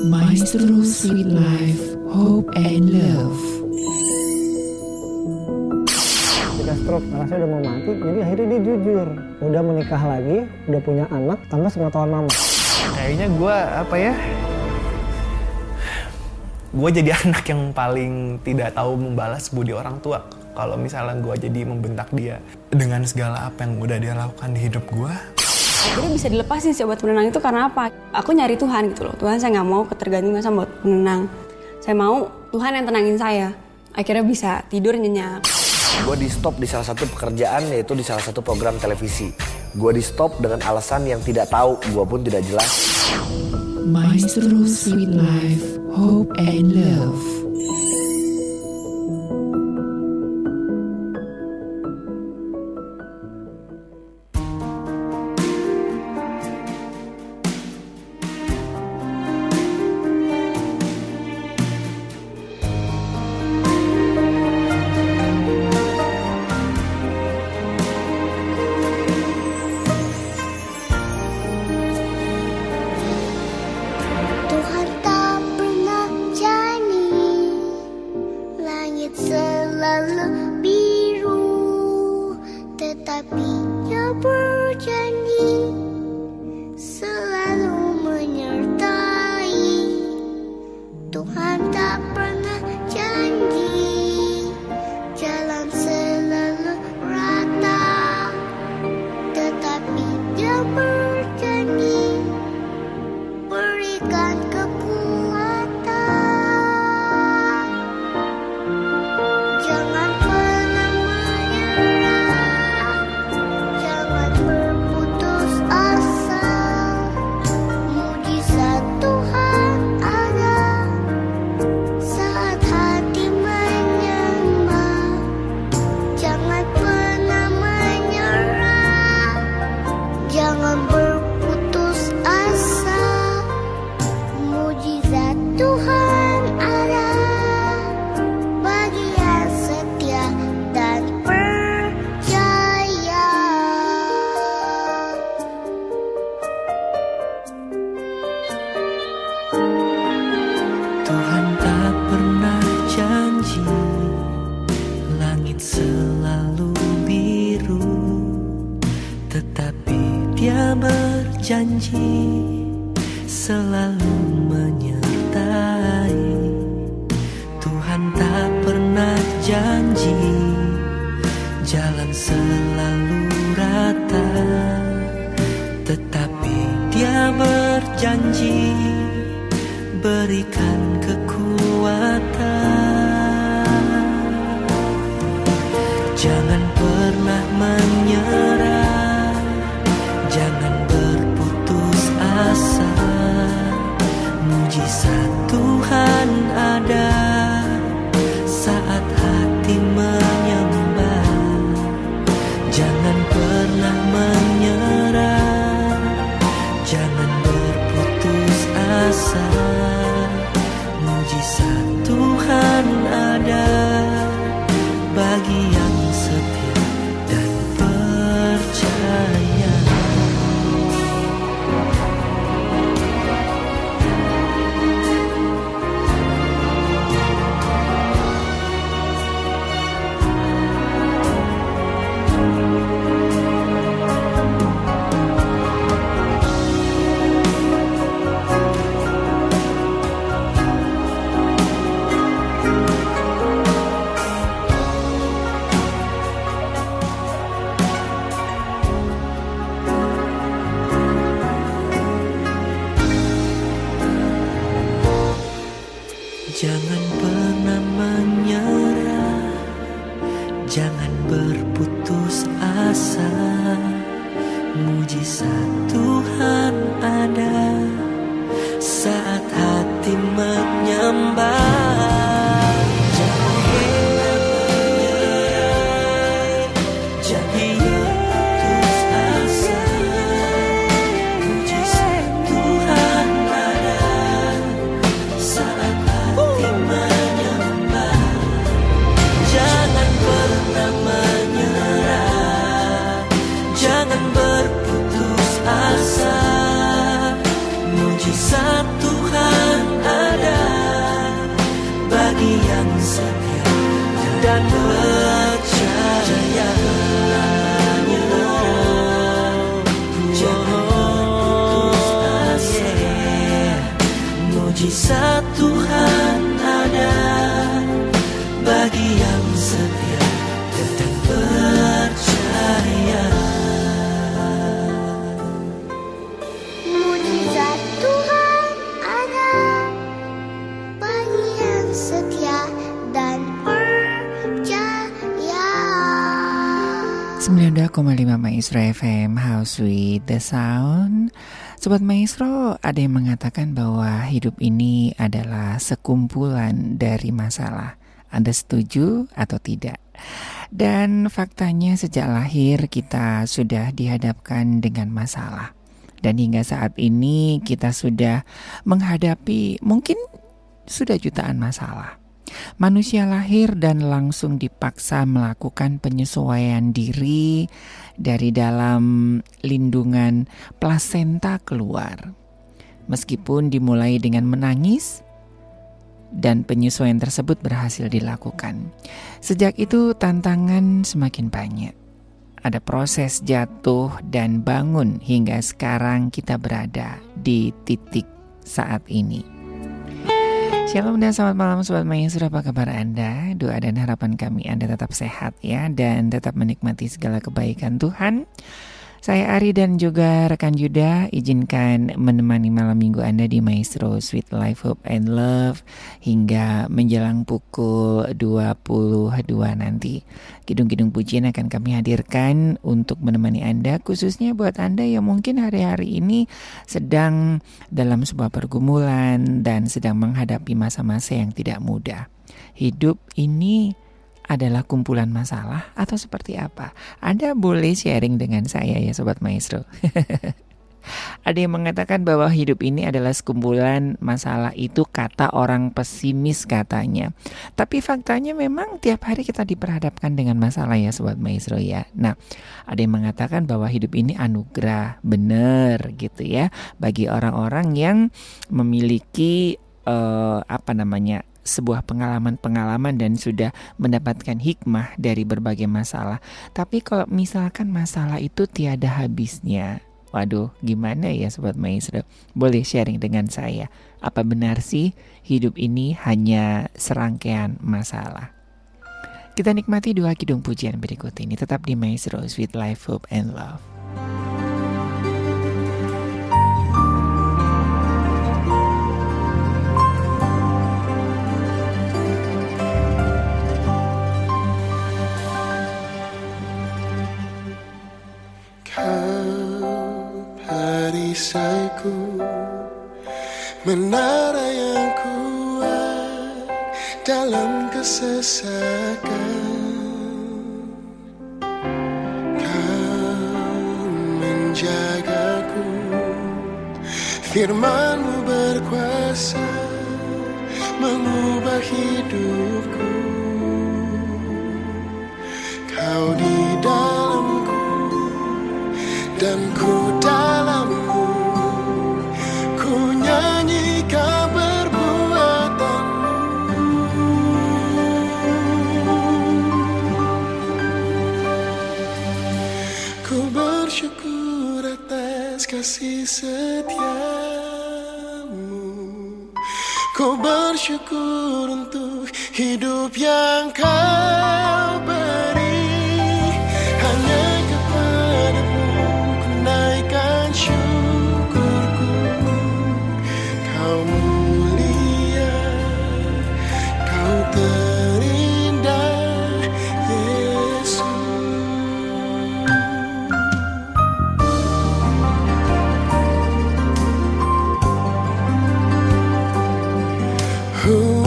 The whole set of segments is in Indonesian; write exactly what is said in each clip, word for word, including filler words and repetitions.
Maestro Sweet Life, Hope and Love. Ketika stroke, rasanya udah mau mati, jadi akhirnya dia jujur. Udah menikah lagi, udah punya anak, tanpa sepengetahuan mama. Kayaknya gue apa ya, gue jadi anak yang paling tidak tahu membalas budi orang tua. Kalau misalnya gue jadi membentak dia dengan segala apa yang udah dia lakukan di hidup gue. Akhirnya bisa dilepasin sih obat penenang itu karena apa? Aku nyari Tuhan gitu loh. Tuhan, saya nggak mau ketergantungan sama obat penenang. Saya mau Tuhan yang tenangin saya. Akhirnya bisa tidur nyenyak. Gue di stop di salah satu pekerjaan, yaitu di salah satu program televisi. Gue di stop dengan alasan yang tidak tahu, gue pun tidak jelas. Maestro Sweet Life, Hope and Love. Janji selalu menyertai. Tuhan tak pernah janji jalan selalu rata, tetapi Dia berjanji berikan kekuatan. Jangan pernah menyerah, jangan asa, mujizat Tuhan ada saat hati menyembah. Jangan pernah menyerah, jangan berputus asa, mujizat Tuhan ada bagi yang setia dan percaya. dan percaya. Mujizat Tuhan ada bagi yang setia dan percaya. Mujizat Tuhan ada bagi yang setia dan percaya. sembilan puluh dua koma lima Maestro F M, How Sweet the Sound. Sobat Maestro, ada yang mengatakan bahwa hidup ini adalah sekumpulan dari masalah. Anda setuju atau tidak? Dan faktanya sejak lahir kita sudah dihadapkan dengan masalah. Dan hingga saat ini kita sudah menghadapi mungkin sudah jutaan masalah. Manusia lahir dan langsung dipaksa melakukan penyesuaian diri dari dalam lindungan plasenta keluar. Meskipun dimulai dengan menangis dan penyesuaian tersebut berhasil dilakukan. Sejak itu tantangan semakin banyak. Ada proses jatuh dan bangun hingga sekarang kita berada di titik saat ini. Shalom dan selamat malam Sobat Maestro, apa kabar Anda? Doa dan harapan kami Anda tetap sehat ya, dan tetap menikmati segala kebaikan Tuhan. Saya Ari dan juga rekan Yuda izinkan menemani malam minggu Anda di Maestro Sweet Life, Hope and Love hingga menjelang pukul dua puluh dua nanti. Kidung-kidung pujian akan kami hadirkan untuk menemani Anda, khususnya buat Anda yang mungkin hari-hari ini sedang dalam sebuah pergumulan dan sedang menghadapi masa-masa yang tidak mudah. Hidup ini adalah kumpulan masalah atau seperti apa? Anda boleh sharing dengan saya ya Sobat Maestro. Ada yang mengatakan bahwa hidup ini adalah sekumpulan masalah, itu kata orang pesimis katanya. Tapi faktanya memang tiap hari kita diperhadapkan dengan masalah ya Sobat Maestro ya. Nah, ada yang mengatakan bahwa hidup ini anugerah, benar gitu ya, bagi orang-orang yang memiliki uh, apa namanya sebuah pengalaman-pengalaman dan sudah mendapatkan hikmah dari berbagai masalah. Tapi kalau misalkan masalah itu tiada habisnya, waduh gimana ya Sobat Maestro? Boleh sharing dengan saya, apa benar sih hidup ini hanya serangkaian masalah? Kita nikmati dua kidung pujian berikut ini, tetap di Maestro Sweet Life, Hope and Love. Perisaiku, menara yang kuat dalam kesesakan. Kau menjagaku, firman-Mu berkuasa mengubah hidupku. Kau di dalamku dan ku dalammu, ku nyanyikan perbuatan-Mu. Ku bersyukur atas kasih setia-Mu. Ku bersyukur untuk hidup yang Kau beri. Hanya kepada-Mu naikkan syukurku. Kau mulia, Kau terindah, Yesus. Oh,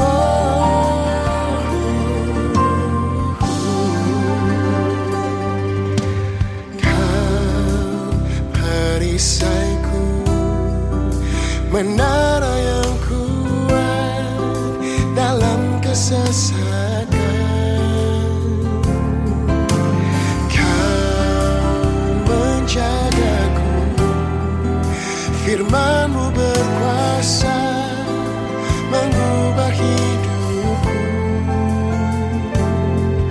menara yang kuat dalam kesesakan. Kau menjagaku, firman-Mu berkuasa mengubah hidupku.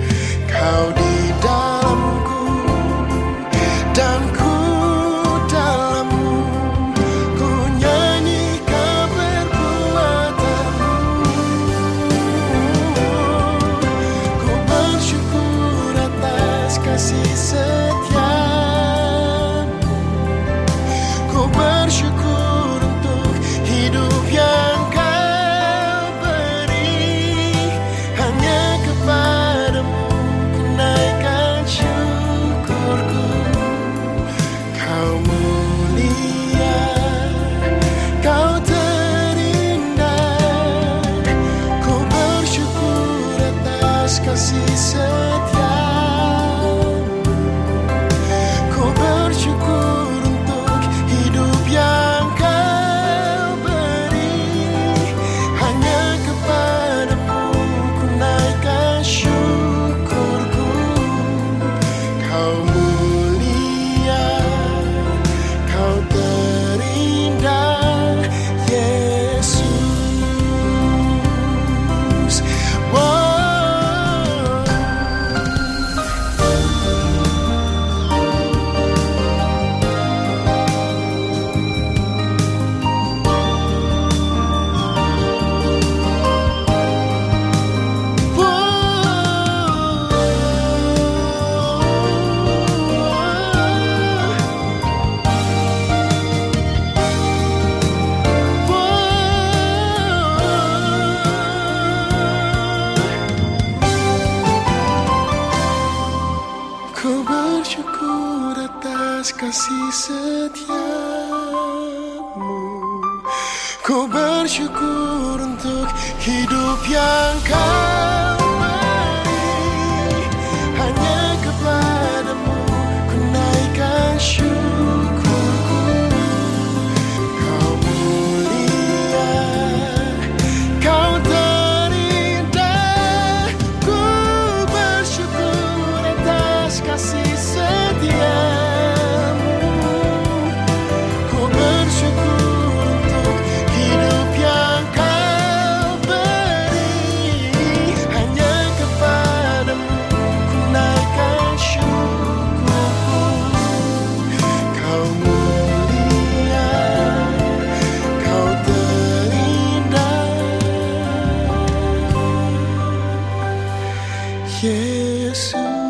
Ku bersyukur untuk hidup yang kau beri. Hanya kepadamu ku naikkan syukurku. Kau mulia, kau terindah. Ku bersyukur atas kasih setiamu. Ku bersyukur untuk hidup yang kau beri. Hanya kepadamu ku naikkan syukurku. Kau mulia, kau terindah, Yesus.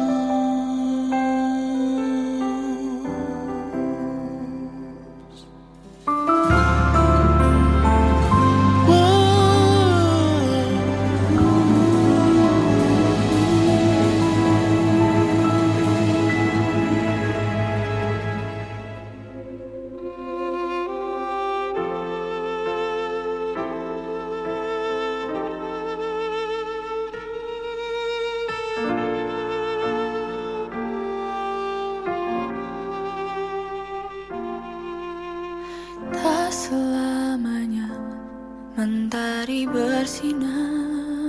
Tak selamanya mentari bersinar,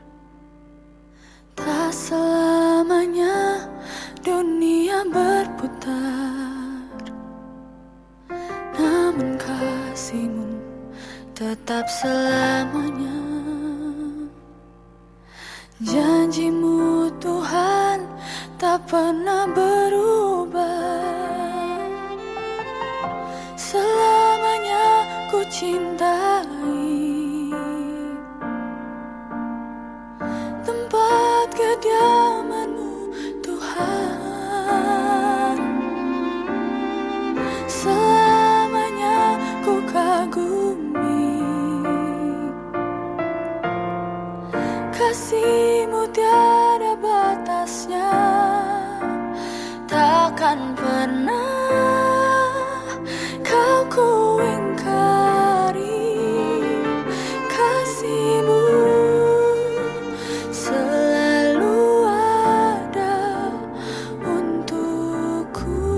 tak selamanya dunia berputar. Namun kasih-Mu tetap selamanya. Janji-Mu Tuhan tak pernah berubah. Selamanya ku cintai tempat kediaman-Mu Tuhan. Selamanya ku kagumi kasih-Mu tiada batasnya. Takkan pernah Kau ku ingkari. Kasih-Mu selalu ada untukku.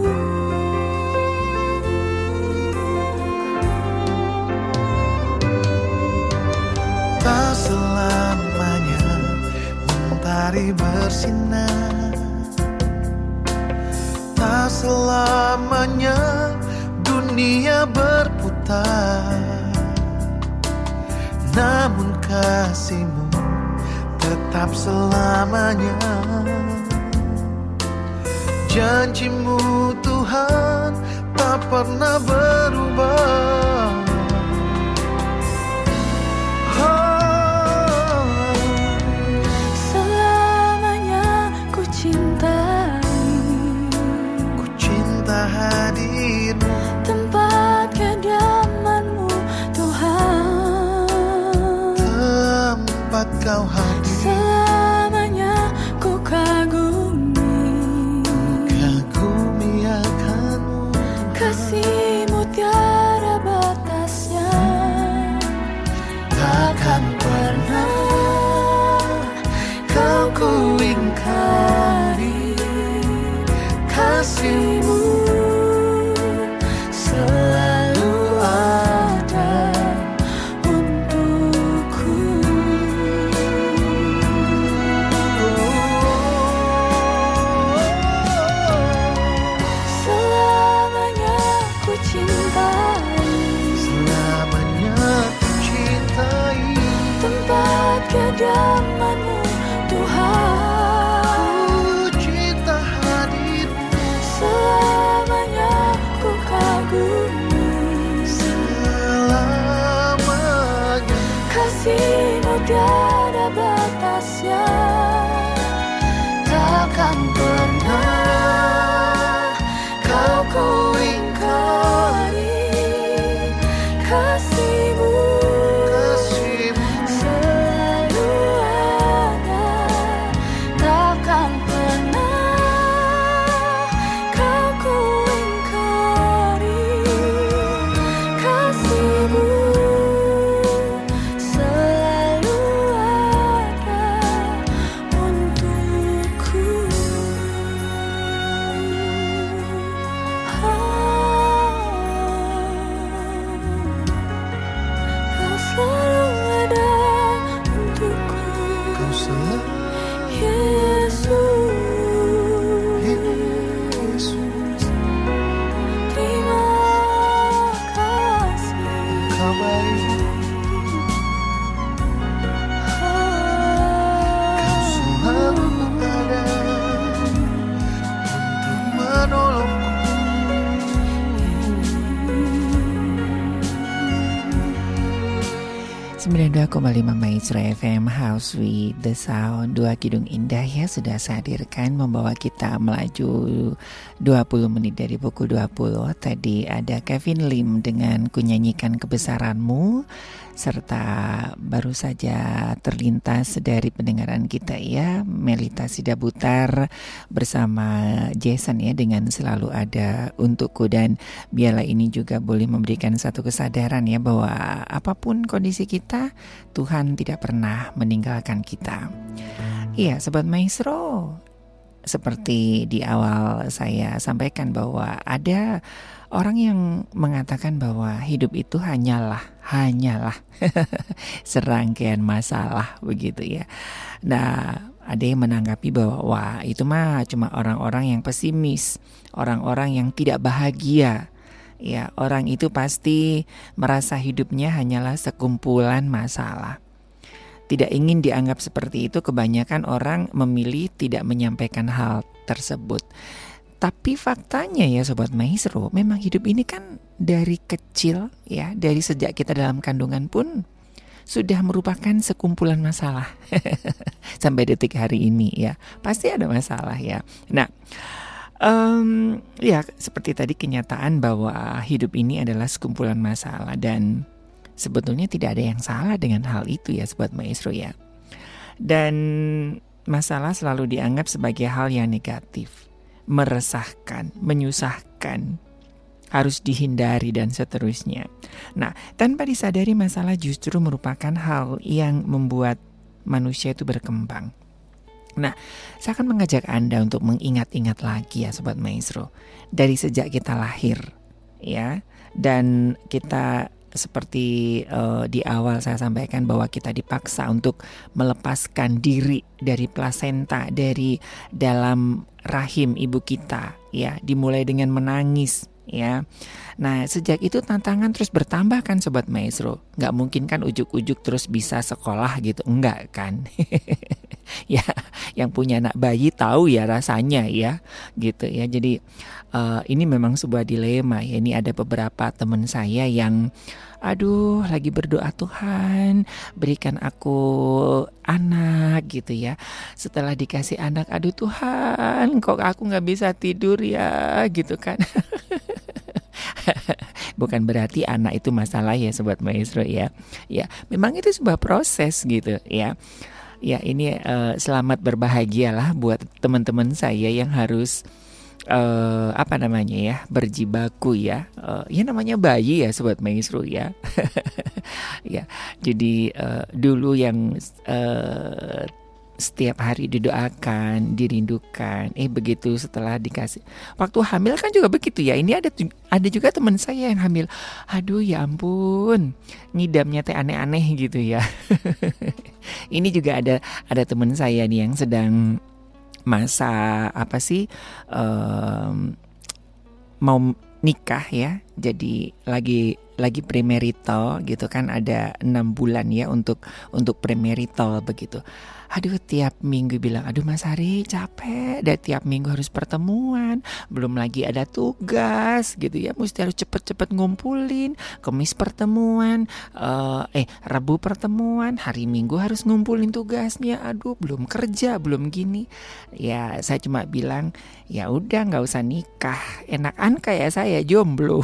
Tak selamanya mentari bersinar, tak selamanya dunia berputar. Namun kasih-Mu tetap selamanya. Janji-Mu Tuhan tak pernah berubah. Oh. Selamanya ku cintai, Ku cinta hadir-Mu, tempat kediaman-Mu Tuhan. tempat Kau hadir. Selamanya ku kagumi Kagumi akan-Mu, kasih-Mu tiada batasnya. Takkan pernah Kau ku ingkari. Kasih-Mu selalu ada untukku. Selamanya ku cintai selamanya ku cintai. tempat kediaman-Mu Tuhan. Ku cinta hadir-Mu, Selamanya ku kagumi selamanya. kasih-Mu tiada batasnya. Takkan pernah Kau ku ingkari. Kasih-Mu Kasih-Mu selalu ada. Takkan pernah Kau ku ingkari. Kasih-Mu baik. Kau selalu ada untuk menolongku. sembilan puluh dua koma lima Maestro F M House with the Sound. Dua Kidung Indah ya sudah saya hadirkan membawa kita melaju dua puluh menit dari pukul dua puluh. Tadi ada Kevin Lim dengan Ku Nyanyikan Kebesaranmu, serta baru saja terlintas dari pendengaran kita ya Melita Sidabutar bersama Jason ya dengan Selalu Ada Untukku. Dan biarlah ini juga boleh memberikan satu kesadaran ya bahwa apapun kondisi kita, Tuhan tidak pernah meninggalkan kita. Iya Sobat Maestro, seperti di awal saya sampaikan bahwa ada orang yang mengatakan bahwa hidup itu hanyalah hanyalah serangkaian masalah begitu ya. Nah, ada yang menanggapi bahwa wah itu mah cuma orang-orang yang pesimis, orang-orang yang tidak bahagia. Ya, orang itu pasti merasa hidupnya hanyalah sekumpulan masalah. Tidak ingin dianggap seperti itu, kebanyakan orang memilih tidak menyampaikan hal tersebut. Tapi faktanya ya Sobat Maestro, memang hidup ini kan dari kecil ya, dari sejak kita dalam kandungan pun sudah merupakan sekumpulan masalah. Sampai detik hari ini ya, pasti ada masalah ya. Nah, Um, ya seperti tadi kenyataan bahwa hidup ini adalah sekumpulan masalah dan sebetulnya tidak ada yang salah dengan hal itu ya Sobat Maestro ya. Dan masalah selalu dianggap sebagai hal yang negatif, meresahkan, menyusahkan, harus dihindari dan seterusnya. Nah, tanpa disadari masalah justru merupakan hal yang membuat manusia itu berkembang. Nah, saya akan mengajak Anda untuk mengingat-ingat lagi ya Sobat Maestro, dari sejak kita lahir ya, dan kita seperti uh, di awal saya sampaikan bahwa kita dipaksa untuk melepaskan diri dari plasenta, dari dalam rahim ibu kita ya, dimulai dengan menangis ya. Nah, sejak itu tantangan terus bertambah kan Sobat Maestro. Gak mungkin kan ujuk-ujuk terus bisa sekolah gitu, enggak kan. Ya, yang punya anak bayi tahu ya rasanya ya, gitu ya. Jadi uh, ini memang sebuah dilema ya. Ini ada beberapa teman saya yang aduh lagi berdoa, Tuhan berikan aku anak gitu ya. Setelah dikasih anak, aduh Tuhan kok aku gak bisa tidur ya gitu kan. Bukan berarti anak itu masalah ya Sobat Maestro ya. Ya, memang itu sebuah proses gitu ya. Ya, ini uh, selamat berbahagialah buat teman-teman saya yang harus uh, apa namanya ya, berjibaku ya. Uh, ya namanya bayi ya Sobat Maestro ya. Ya, jadi uh, dulu yang uh, setiap hari didoakan, dirindukan. Eh begitu setelah dikasih, waktu hamil kan juga begitu ya. Ini ada ada juga teman saya yang hamil. Aduh ya ampun, ngidamnya teh aneh-aneh gitu ya. Ini juga ada ada teman saya nih yang sedang masa apa sih um, mau nikah ya. Jadi lagi lagi premarital gitu kan, ada enam bulan ya untuk untuk premarital begitu. Aduh tiap minggu bilang, aduh Mas Hari capek, dan tiap minggu harus pertemuan, belum lagi ada tugas gitu ya, mesti harus cepet-cepet ngumpulin, Kamis pertemuan, uh, eh Rabu pertemuan, hari Minggu harus ngumpulin tugasnya, aduh belum kerja, belum gini. Ya saya cuma bilang, ya udah nggak usah nikah, enakan kayak saya jomblo.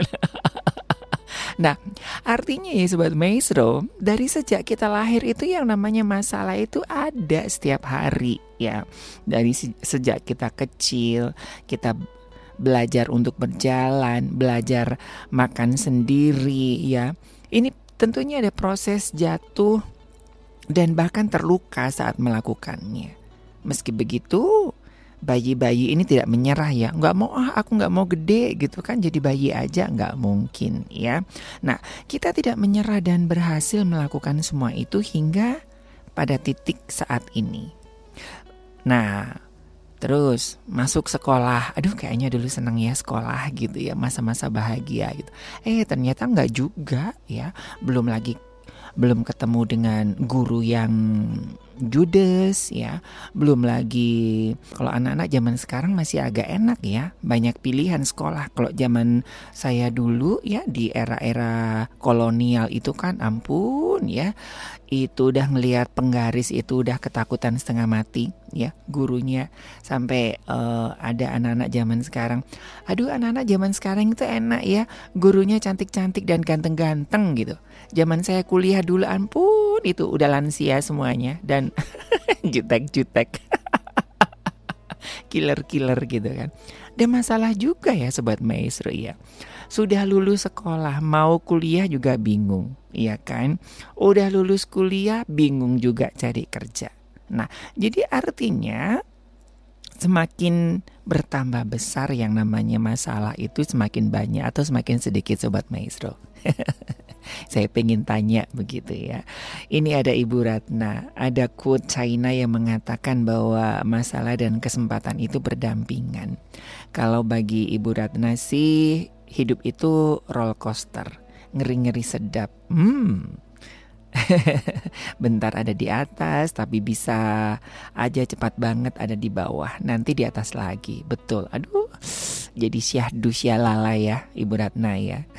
Nah, artinya ya Sobat Maestro, dari sejak kita lahir itu yang namanya masalah itu ada setiap hari ya. Dari sejak kita kecil, kita belajar untuk berjalan, belajar makan sendiri ya. Ini tentunya ada proses jatuh dan bahkan terluka saat melakukannya. Meski begitu, bayi-bayi ini tidak menyerah ya, nggak mau ah aku nggak mau gede gitu kan, jadi bayi aja, nggak mungkin ya. Nah, kita tidak menyerah dan berhasil melakukan semua itu hingga pada titik saat ini. Nah, Terus masuk sekolah, aduh kayaknya dulu seneng ya sekolah gitu ya, masa-masa bahagia gitu. Eh ternyata nggak juga ya, belum lagi belum ketemu dengan guru yang judes ya, belum lagi kalau anak-anak zaman sekarang masih agak enak ya, banyak pilihan sekolah. Kalau zaman saya dulu ya di era-era kolonial itu kan ampun ya, itu udah ngelihat penggaris itu udah ketakutan setengah mati ya gurunya. Sampai uh, ada anak-anak zaman sekarang, aduh anak-anak zaman sekarang itu enak ya, gurunya cantik-cantik dan ganteng-ganteng gitu. Zaman saya kuliah dulu ampun itu udah lansia semuanya dan jutek-jutek killer-killer gitu kan. Dan masalah juga ya Sobat Maestro ya, sudah lulus sekolah mau kuliah juga bingung ya kan, udah lulus kuliah bingung juga cari kerja. Nah jadi artinya semakin bertambah besar yang namanya masalah itu semakin banyak atau semakin sedikit Sobat Maestro? Saya pengen tanya begitu ya. Ini ada Ibu Ratna, ada quote China yang mengatakan bahwa masalah dan kesempatan itu berdampingan. Kalau bagi Ibu Ratna sih hidup itu roller coaster, ngeri-ngeri sedap. Hmm. Bentar ada di atas tapi bisa aja cepat banget ada di bawah, nanti di atas lagi. Betul. Aduh, jadi syahdu syalala ya Ibu Ratna ya.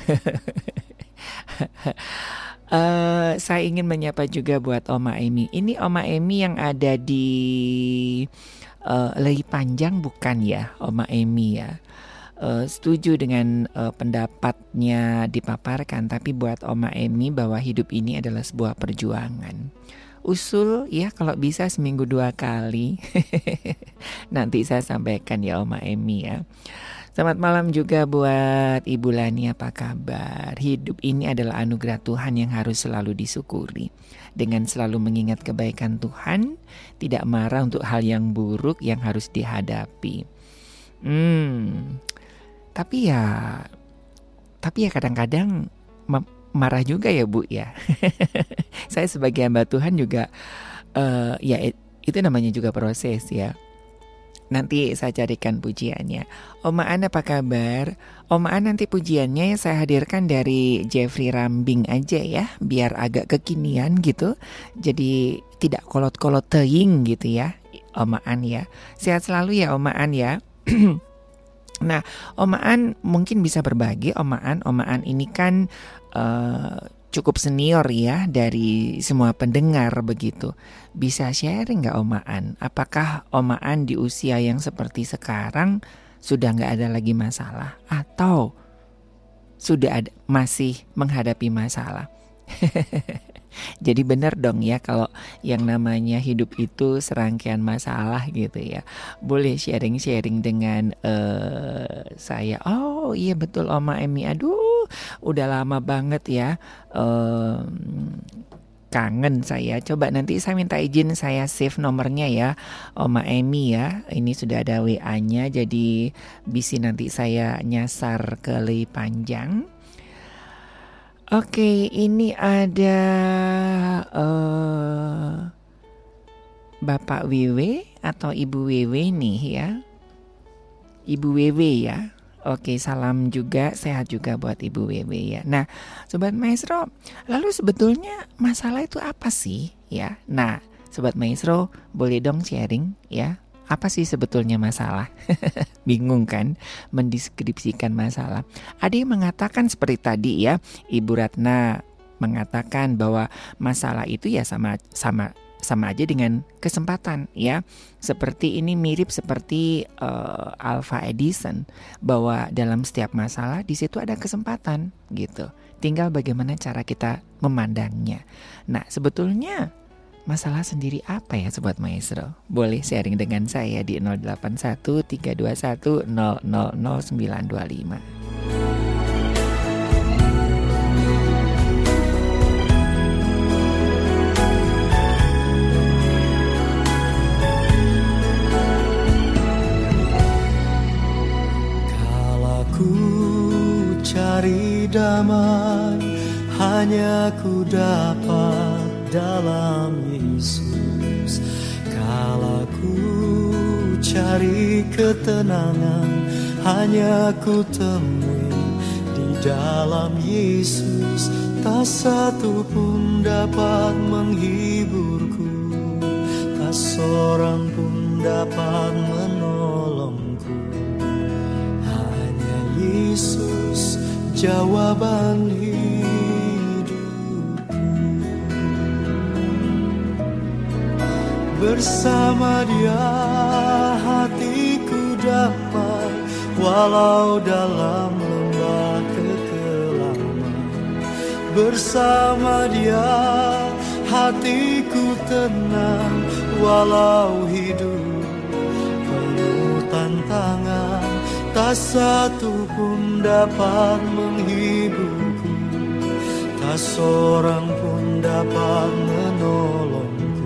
uh, saya ingin menyapa juga buat Oma Emi. Ini Oma Emi yang ada di uh, Lei Panjang bukan ya Oma Emi ya. Uh, setuju dengan uh, pendapatnya dipaparkan, tapi buat Oma Emi bahwa hidup ini adalah sebuah perjuangan. Usul ya kalau bisa seminggu dua kali. Nanti saya sampaikan ya Oma Emi ya. Selamat malam juga buat Ibu Lani, apa kabar? Hidup ini adalah anugerah Tuhan yang harus selalu disyukuri. Dengan selalu mengingat kebaikan Tuhan, tidak marah untuk hal yang buruk yang harus dihadapi. Hmm, tapi ya, tapi ya kadang-kadang ma- marah juga ya Bu ya. Saya sebagai hamba Tuhan juga, uh, ya itu namanya juga proses ya. Nanti saya carikan pujiannya. Oma An apa kabar? Oma An nanti pujiannya saya hadirkan dari Jeffrey Rambing aja ya, biar agak kekinian gitu. Jadi tidak kolot-kolot teing gitu ya Oma An ya. Sehat selalu ya Oma An ya. Nah Oma An mungkin bisa berbagi. Oma An, Oma An ini kan uh, cukup senior ya dari semua pendengar begitu. Bisa sharing gak Oma An? Apakah Oma An di usia yang seperti sekarang sudah gak ada lagi masalah? Atau sudah ada, masih menghadapi masalah? Jadi benar dong ya kalau yang namanya hidup itu serangkaian masalah gitu ya. Boleh sharing-sharing dengan uh, saya. Oh iya betul Oma Emi. Aduh udah lama banget ya. Uh, kangen saya. Coba nanti saya minta izin saya save nomornya ya Oma Emi ya. Ini sudah ada W A-nya jadi bisa nanti saya nyasar ke Lei Panjang. Oke, ini ada uh, Bapak W W atau Ibu W W nih ya. Ibu W W ya. Oke, salam juga, sehat juga buat Ibu W W ya. Nah, Sobat Maestro, lalu sebetulnya masalah itu apa sih ya? Nah, Sobat Maestro boleh dong sharing ya. Apa sih sebetulnya masalah? Bingung kan mendeskripsikan masalah. Ada yang mengatakan seperti tadi ya, Ibu Ratna mengatakan bahwa masalah itu ya sama sama sama aja dengan kesempatan ya. Seperti ini mirip seperti uh, Alpha Edison, bahwa dalam setiap masalah di situ ada kesempatan gitu. Tinggal bagaimana cara kita memandangnya. Nah, sebetulnya masalah sendiri apa ya Sobat Maestro? Boleh sharing dengan saya di nol delapan satu tiga dua satu nol nol nol sembilan dua lima. Kala ku cari damai, hanya ku dapat dalam Yesus. Kala ku cari ketenangan hanya ku temui di dalam Yesus. Tak satu pun dapat menghiburku, tak seorang pun dapat menolongku. Hanya Yesus jawaban hidupku. Bersama Dia hatiku damai, walau dalam lembah kekelaman. Bersama Dia hatiku tenang, walau hidup penuh tantangan. Tak satu pun dapat menghiburku, tak seorang pun dapat menolongku.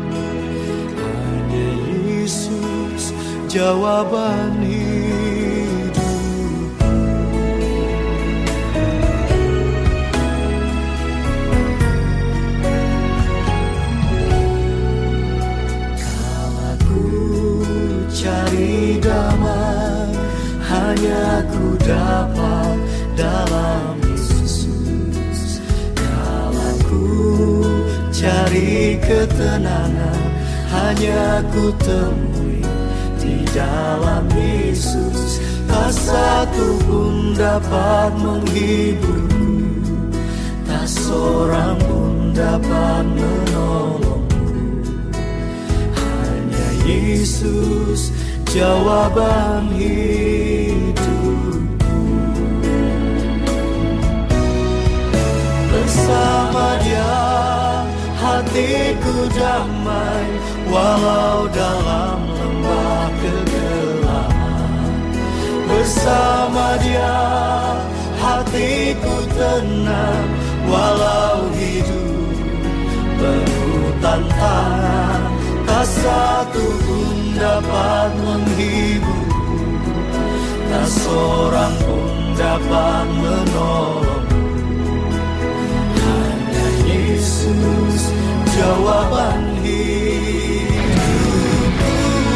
Hanya Yesus jawaban hidupku. Kala ku cari damai, hanya ku dapat dalam Yesus. Kala ku cari ketenangan, hanya ku temui di dalam Yesus. Tak satu pun dapat menghiburku, tak seorang pun dapat menolongku. Hanya Yesus jawaban hidupku. Bersama Dia hatiku damai, walau dalam lembah kegelapan. Bersama Dia hatiku tenang, walau hidup penuh tantangan. Tak satu pun dapat menghiburku, tak seorang pun dapat menolongku. Hanya Yesus jawaban hidupku.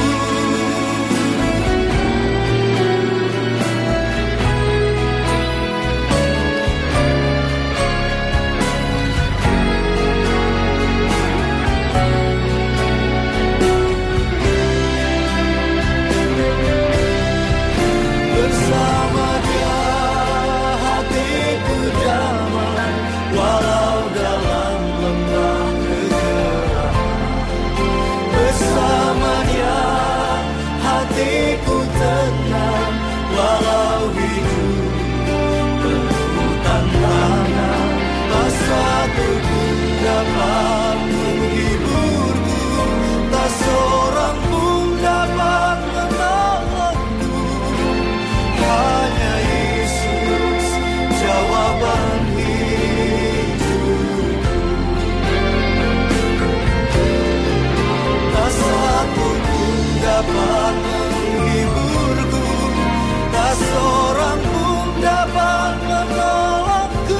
Bersama Dia hatiku damai, walau dalam lembah kegelapan. Bersama Dia hatiku tenang, walau hidup penuh tantangan. Tak satu pun dapat menghiburku, tak seorang pun dapat menolongku. Hanya Yesus jawaban hidupku. Tak satu pun dapat menghiburku, tak seorang pun dapat menolongku.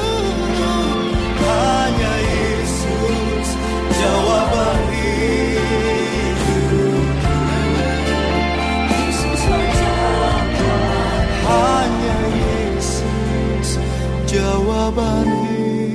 Hanya Yesus jawaban hidupku. Hanya Yesus jawaban hidupku.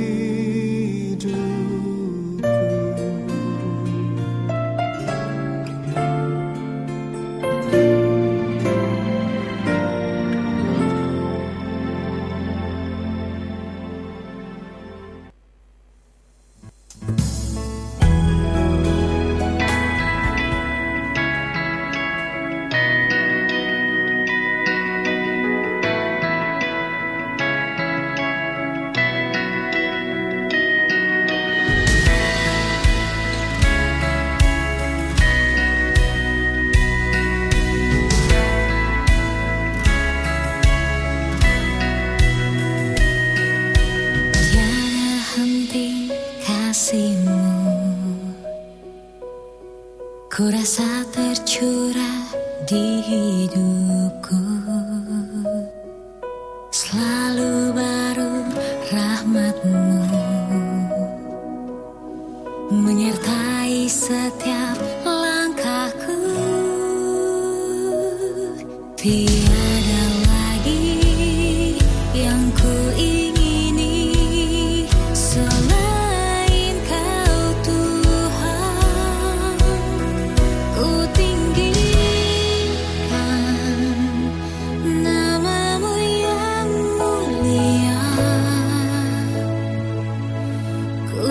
Ku rasa tercurah di hidupku, selalu baru rahmat-Mu menyertai setiap langkahku.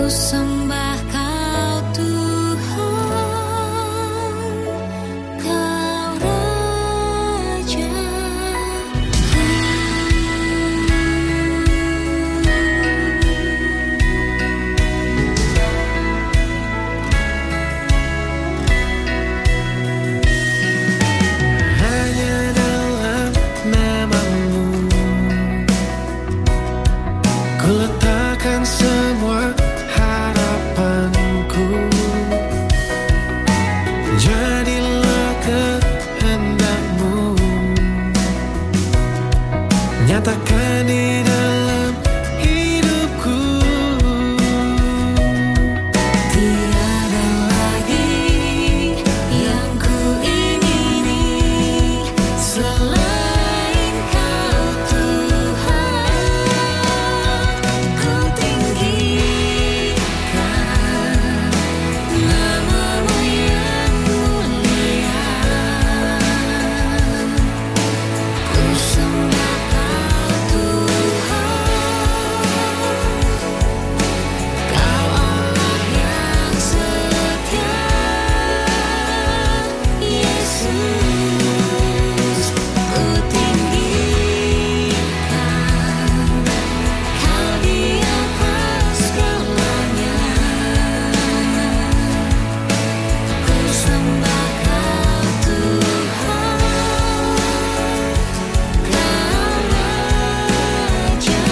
sembah Kau Tuhan, Kau Raja. Hanya dalam nama-Mu ku letakkan semua harapanku. Jadilah kehendak-Mu, nyatakan di dalam hidupku. Tiada lagi yang ku ingini selain Kau Tuhan. Ku tinggikan nama-Mu yang mulia. Ku sembah Kau Tuhan, Kau Allah yang setia. Yesus, ku tinggikan Kau di atas segalanya. Ku sembah Kau Tuhan, Kau Raja.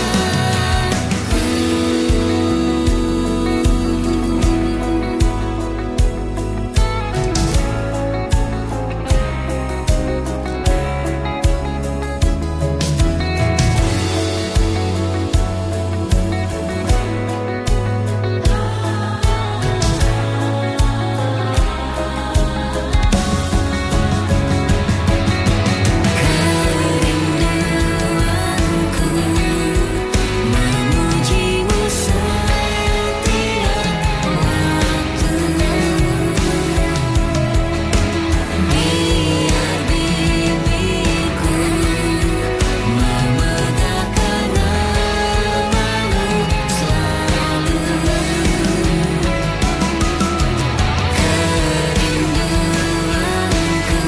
Kerinduanku memuji-Mu setiap waktu. Biar bibirku memegahkan nama-Mu selalu. Kerinduanku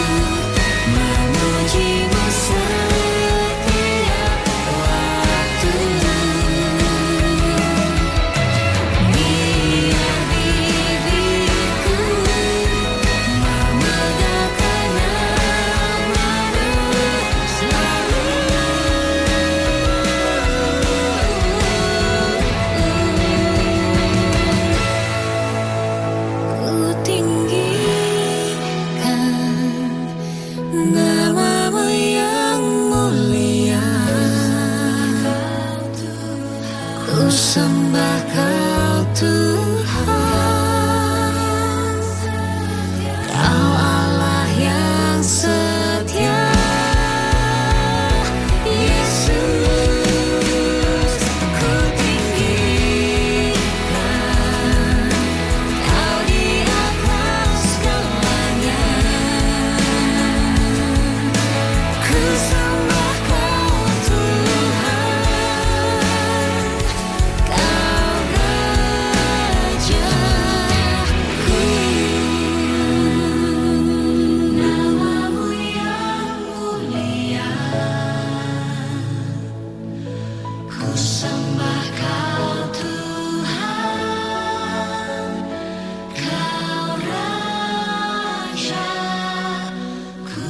memuji-Mu setiap waktu. Biar bibirku memegahkan nama-Mu selalu. Ku tinggikan nama-Mu yang mulia. Ku sembah Kau Tuhan, Kau Allah yang setia. Yesus, ku tinggikan Kau di atas segalanya. Ku sembah Kau Tuhan, Kau Rajaku. Nama-Mu yang mulia. Ku sembah Kau Tuhan, Kau Rajaku.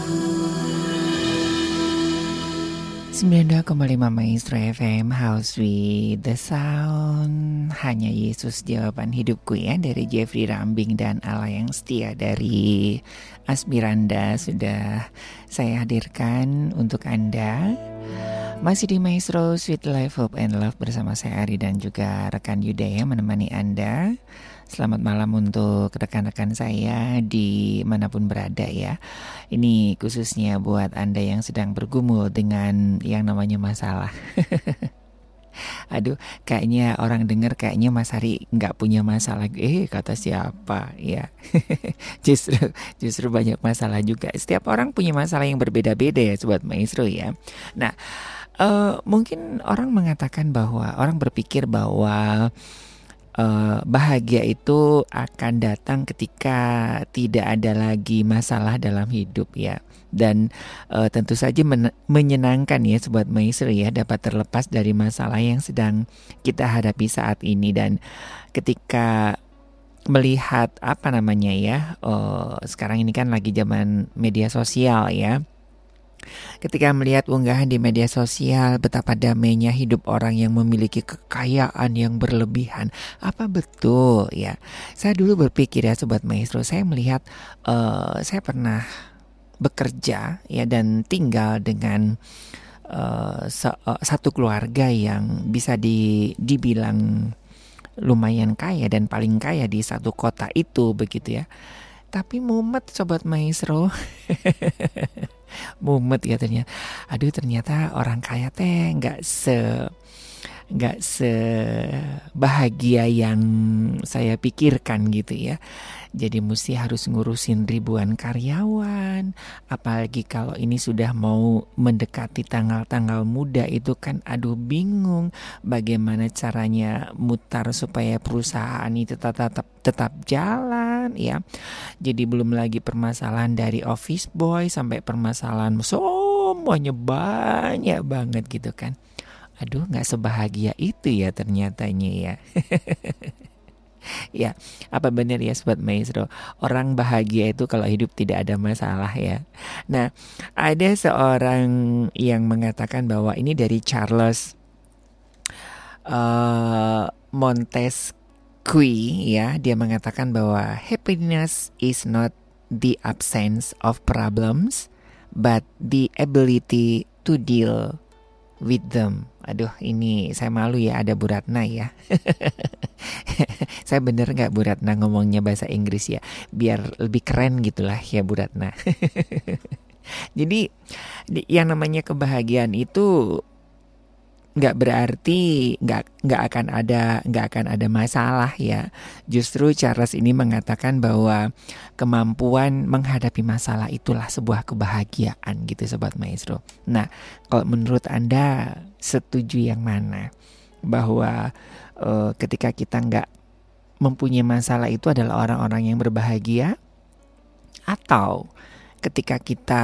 sembilan puluh dua koma lima Maestro F M, House with the Sound. Hanya Yesus jawaban hidupku ya, dari Jeffrey Rambing dan Allah yang setia dari Asmiranda sudah saya hadirkan untuk Anda. Masih di Maestro Sweet Life, Hope and Love bersama saya Ari dan juga rekan Yuda ya, menemani Anda. Selamat malam untuk rekan-rekan saya di manapun berada ya. Ini khususnya buat Anda yang sedang bergumul dengan yang namanya masalah. Aduh, kayaknya orang dengar kayaknya Mas Hari nggak punya masalah. Eh, kata siapa ya? justru justru banyak masalah juga. Setiap orang punya masalah yang berbeda-beda ya, Sobat Maestro ya. Nah, uh, mungkin orang mengatakan bahwa orang berpikir bahwa uh, bahagia itu akan datang ketika tidak ada lagi masalah dalam hidup ya. Dan uh, tentu saja men- menyenangkan ya Sobat Maestro ya, dapat terlepas dari masalah yang sedang kita hadapi saat ini. Dan ketika melihat apa namanya ya, uh, sekarang ini kan lagi zaman media sosial ya. Ketika melihat unggahan di media sosial betapa damainya hidup orang yang memiliki kekayaan yang berlebihan, apa betul ya? Saya dulu berpikir ya Sobat Maestro, saya melihat uh, saya pernah bekerja ya dan tinggal dengan uh, se- uh, satu keluarga yang bisa di, dibilang lumayan kaya dan paling kaya di satu kota itu begitu ya. Tapi mumet Sobat Maestro. Mumet ya ternyata. Aduh ternyata orang kaya teh nggak se nggak sebahagia yang saya pikirkan gitu ya. Jadi mesti harus ngurusin ribuan karyawan. Apalagi kalau ini sudah mau mendekati tanggal-tanggal muda itu kan aduh bingung bagaimana caranya mutar supaya perusahaan itu tetap tetap, tetap jalan ya. Jadi belum lagi permasalahan dari office boy sampai permasalahan semuanya banyak banget gitu kan. Aduh gak sebahagia itu ya ternyatanya ya. Ya, apa benar ya Sobat Maestro? Orang bahagia itu kalau hidup tidak ada masalah ya. Nah, ada seorang yang mengatakan bahwa ini dari Charles uh, Montesquieu ya. Dia mengatakan bahwa happiness is not the absence of problems, but the ability to deal with them. Aduh ini saya malu ya ada Bu Ratna ya. Saya bener gak Bu Ratna ngomongnya bahasa Inggris ya, biar lebih keren gitulah ya Bu Ratna. Jadi yang namanya kebahagiaan itu nggak berarti nggak nggak akan ada nggak akan ada masalah ya. Justru Charles ini mengatakan bahwa kemampuan menghadapi masalah itulah sebuah kebahagiaan gitu Sobat Maestro. Nah kalau menurut Anda setuju yang mana? Bahwa uh, ketika kita nggak mempunyai masalah itu adalah orang-orang yang berbahagia, atau ketika kita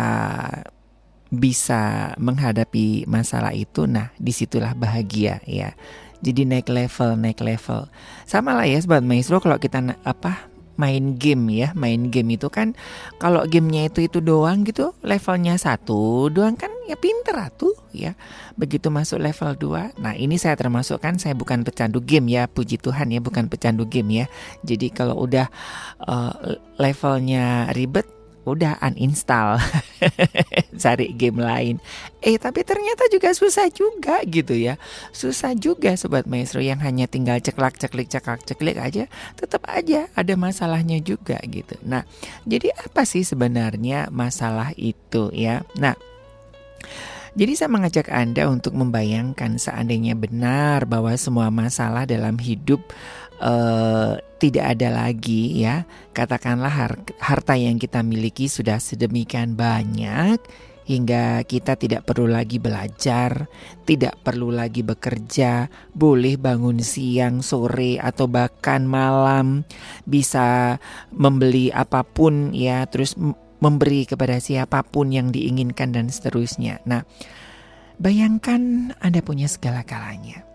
bisa menghadapi masalah itu, nah disitulah bahagia ya. Jadi naik level, naik level. Sama lah ya Sobat Maestro kalau kita apa main game ya, main game itu kan kalau gamenya itu itu doang gitu, levelnya satu doang kan ya pinter atuh ya. Begitu masuk level dua, nah ini saya termasuk kan saya bukan pecandu game ya, puji Tuhan ya bukan pecandu game ya. Jadi kalau udah uh, levelnya ribet, udah uninstall, cari game lain. Eh tapi ternyata juga susah juga gitu ya. Susah juga Sobat Maestro, yang hanya tinggal ceklak ceklik ceklak ceklik aja, tetap aja ada masalahnya juga gitu. Nah jadi apa sih sebenarnya masalah itu ya? Nah jadi saya mengajak Anda untuk membayangkan seandainya benar bahwa semua masalah dalam hidup Uh, tidak ada lagi ya. Katakanlah har- harta yang kita miliki sudah sedemikian banyak hingga kita tidak perlu lagi belajar, tidak perlu lagi bekerja, boleh bangun siang, sore atau bahkan malam, bisa membeli apapun ya, terus m- memberi kepada siapapun yang diinginkan dan seterusnya. Nah, bayangkan Anda punya segala-galanya.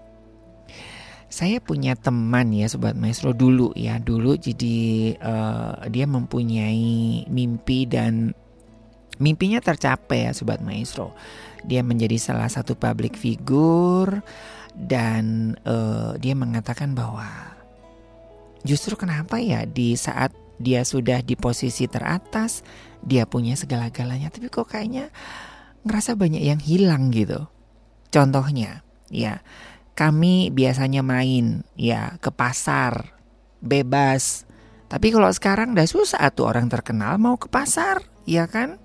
Saya punya teman ya Sobat Maestro dulu ya dulu jadi uh, dia mempunyai mimpi dan mimpinya tercapai ya Sobat Maestro. Dia menjadi salah satu public figure dan uh, dia mengatakan bahwa justru kenapa ya di saat dia sudah di posisi teratas, dia punya segala-galanya, tapi kok kayaknya ngerasa banyak yang hilang gitu. Contohnya ya, kami biasanya main ya ke pasar bebas. Tapi kalau sekarang udah susah tuh orang terkenal mau ke pasar, ya kan?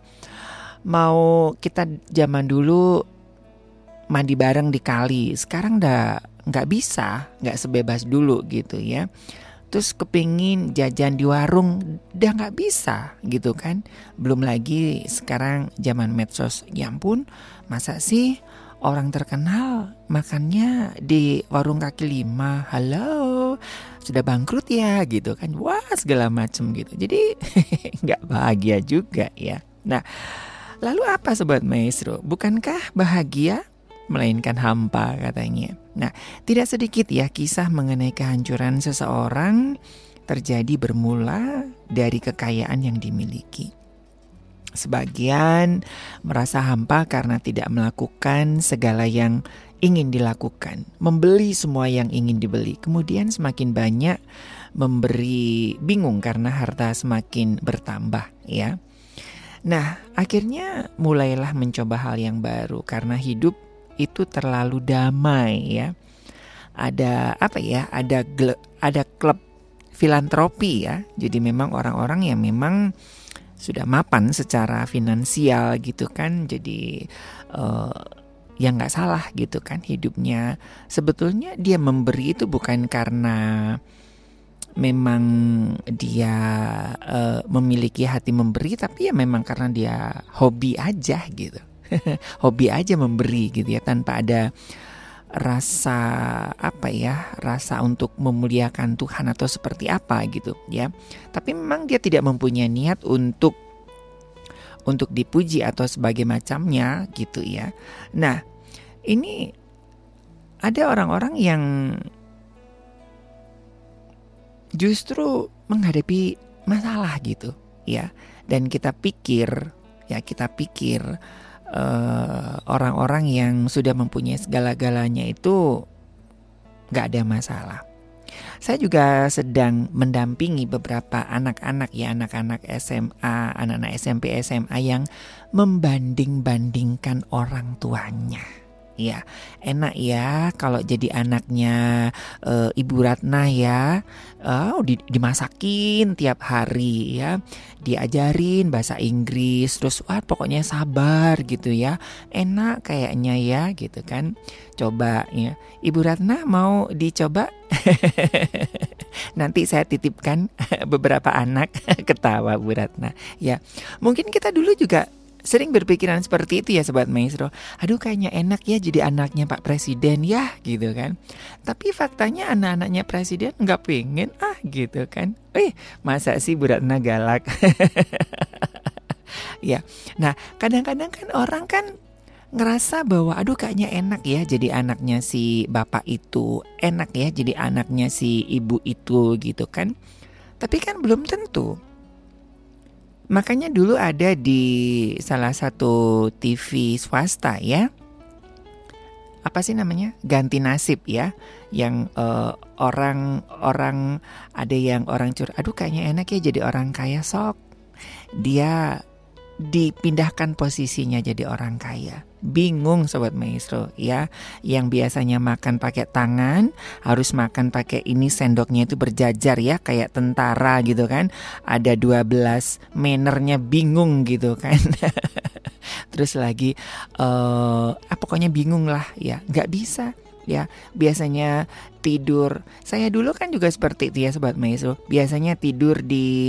Mau kita zaman dulu mandi bareng di kali, sekarang udah nggak bisa, nggak sebebas dulu gitu ya. Terus kepingin jajan di warung, udah nggak bisa gitu kan? Belum lagi sekarang zaman medsos, ya ampun, masa sih orang terkenal makannya di warung kaki lima? Halo, sudah bangkrut ya gitu kan, wah segala macam gitu. Jadi nggak bahagia juga ya. Nah, lalu apa Sobat Maestro? Bukankah bahagia melainkan hampa katanya. Nah, tidak sedikit ya kisah mengenai kehancuran seseorang terjadi bermula dari kekayaan yang dimiliki. Sebagian merasa hampa karena tidak melakukan segala yang ingin dilakukan, membeli semua yang ingin dibeli. Kemudian semakin banyak memberi bingung karena harta semakin bertambah ya. Nah, akhirnya mulailah mencoba hal yang baru karena hidup itu terlalu damai ya. Ada apa ya? Ada gle, ada klub filantropi ya. Jadi memang orang-orang yang memang sudah mapan secara finansial gitu kan. Jadi uh, ya nggak salah gitu kan hidupnya. Sebetulnya dia memberi itu bukan karena memang dia uh, memiliki hati memberi, tapi ya memang karena dia hobi aja gitu. Hobi aja memberi gitu ya, tanpa ada rasa apa ya, rasa untuk memuliakan Tuhan atau seperti apa gitu ya. Tapi memang dia tidak mempunyai niat untuk untuk dipuji atau sebagai macamnya gitu ya. Nah, ini ada orang-orang yang justru menghadapi masalah gitu ya. Dan kita pikir ya, kita pikir Uh, orang-orang yang sudah mempunyai segala-galanya itu gak ada masalah. Saya juga sedang mendampingi beberapa anak-anak ya, anak-anak S M A, anak-anak S M P, S M A yang membanding-bandingkan orang tuanya. Ya, enak ya kalau jadi anaknya uh, Ibu Ratna ya, oh, di, dimasakin tiap hari ya, diajarin bahasa Inggris, terus wah pokoknya sabar gitu ya, enak kayaknya ya gitu kan. Coba ya, Ibu Ratna mau dicoba? Nanti saya titipkan beberapa anak. Ketawa Bu Ratna ya. Mungkin kita dulu juga sering berpikiran seperti itu ya Sobat Maestro. Aduh kayaknya enak ya jadi anaknya Pak Presiden ya gitu kan. Tapi faktanya anak-anaknya Presiden gak pengen ah gitu kan. Eh masa sih Bu Ratna galak. Ya, nah kadang-kadang kan orang kan ngerasa bahwa aduh kayaknya enak ya jadi anaknya si bapak itu, enak ya jadi anaknya si ibu itu gitu kan. Tapi kan belum tentu. Makanya dulu ada di salah satu T V swasta ya, apa sih namanya, Ganti Nasib ya, yang uh, orang-orang ada yang orang curhat, aduh kayaknya enak ya jadi orang kaya, sok dia dipindahkan posisinya jadi orang kaya. Bingung Sobat Maestro ya, yang biasanya makan pakai tangan harus makan pakai ini, sendoknya itu berjajar ya kayak tentara gitu kan. Ada dua belas manernya, bingung gitu kan. Terus lagi uh, ah, pokoknya bingung lah ya, nggak bisa ya. Biasanya tidur, saya dulu kan juga seperti itu ya Sobat Maestro. Biasanya tidur di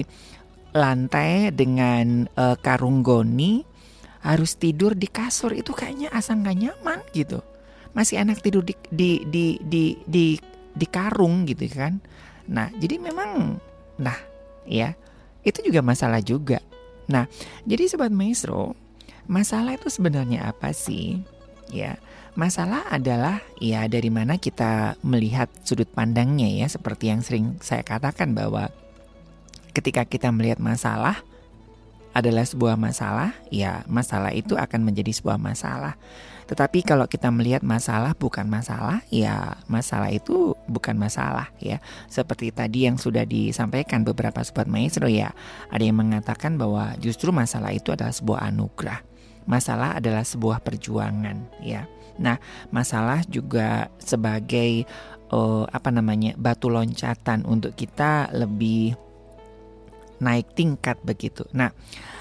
lantai dengan uh, karung goni, harus tidur di kasur, itu kayaknya asa nggak nyaman gitu. Masih enak tidur di di di di di, di karung gitu kan. Nah jadi memang, nah ya itu juga masalah juga. Nah jadi Sobat Maestro, masalah itu sebenarnya apa sih? Ya masalah adalah ya dari mana kita melihat sudut pandangnya ya. Seperti yang sering saya katakan bahwa ketika kita melihat masalah adalah sebuah masalah, ya masalah itu akan menjadi sebuah masalah. Tetapi kalau kita melihat masalah bukan masalah, ya masalah itu bukan masalah ya. Seperti tadi yang sudah disampaikan beberapa Sobat Maestro ya, ada yang mengatakan bahwa justru masalah itu adalah sebuah anugerah. Masalah adalah sebuah perjuangan ya. Nah, masalah juga sebagai uh, apa namanya, batu loncatan untuk kita lebih naik tingkat begitu. Nah,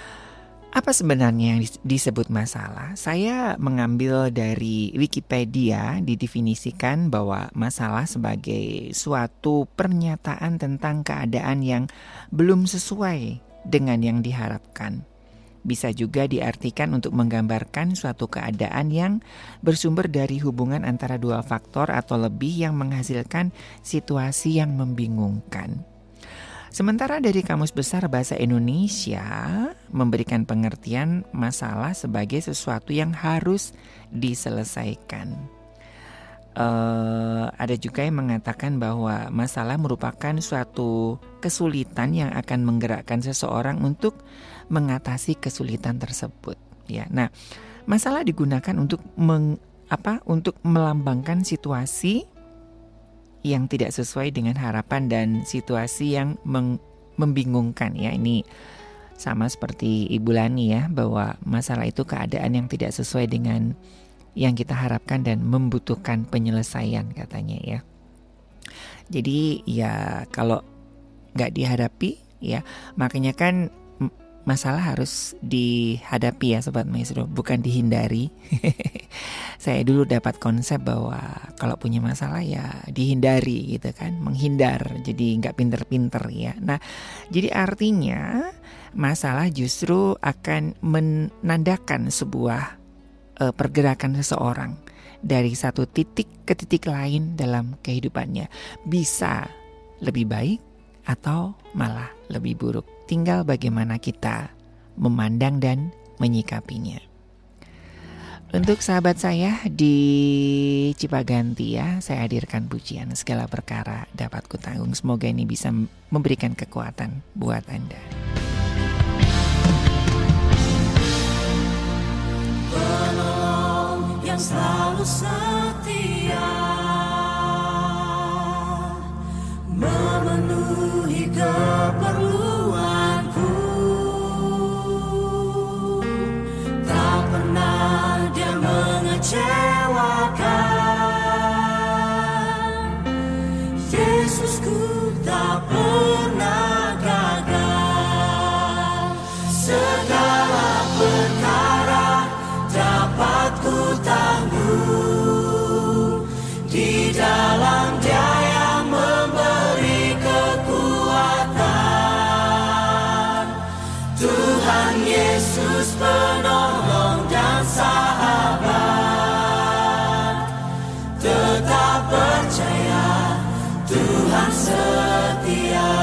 apa sebenarnya yang disebut masalah? Saya mengambil dari Wikipedia, didefinisikan bahwa masalah sebagai suatu pernyataan tentang keadaan yang belum sesuai dengan yang diharapkan. Bisa juga diartikan untuk menggambarkan suatu keadaan yang bersumber dari hubungan antara dua faktor atau lebih yang menghasilkan situasi yang membingungkan. Sementara dari Kamus Besar Bahasa Indonesia memberikan pengertian masalah sebagai sesuatu yang harus diselesaikan. Uh, ada juga yang mengatakan bahwa masalah merupakan suatu kesulitan yang akan menggerakkan seseorang untuk mengatasi kesulitan tersebut. Ya, nah, masalah digunakan untuk meng, apa? Untuk melambangkan situasi yang tidak sesuai dengan harapan dan situasi yang meng, membingungkan. Ya, ini sama seperti Ibu Lani ya, bahwa masalah itu keadaan yang tidak sesuai dengan yang kita harapkan dan membutuhkan penyelesaian katanya ya. Jadi ya kalau nggak dihadapi ya, makanya kan masalah harus dihadapi ya Sobat Maestro, bukan dihindari. Saya dulu dapat konsep bahwa kalau punya masalah ya dihindari gitu kan, menghindar, jadi nggak pinter-pinter ya. Nah jadi artinya masalah justru akan menandakan sebuah pergerakan seseorang dari satu titik ke titik lain dalam kehidupannya. Bisa lebih baik atau malah lebih buruk. Tinggal bagaimana kita memandang dan menyikapinya. Untuk sahabat saya di Cipaganti ya, saya hadirkan pujian Segala Perkara Dapat Kutanggung. Semoga ini bisa memberikan kekuatan buat Anda. Penolong yang selalu setia, memenuhi keperluanku. Tak pernah dia mengecewakan. Yesusku tak pernah gagal. Segala perkara dapat ku tanggung di dalam Dia yang memberi kekuatan. Tuhan Yesus penolong dan sahabat. Tetap percaya Tuhan setia.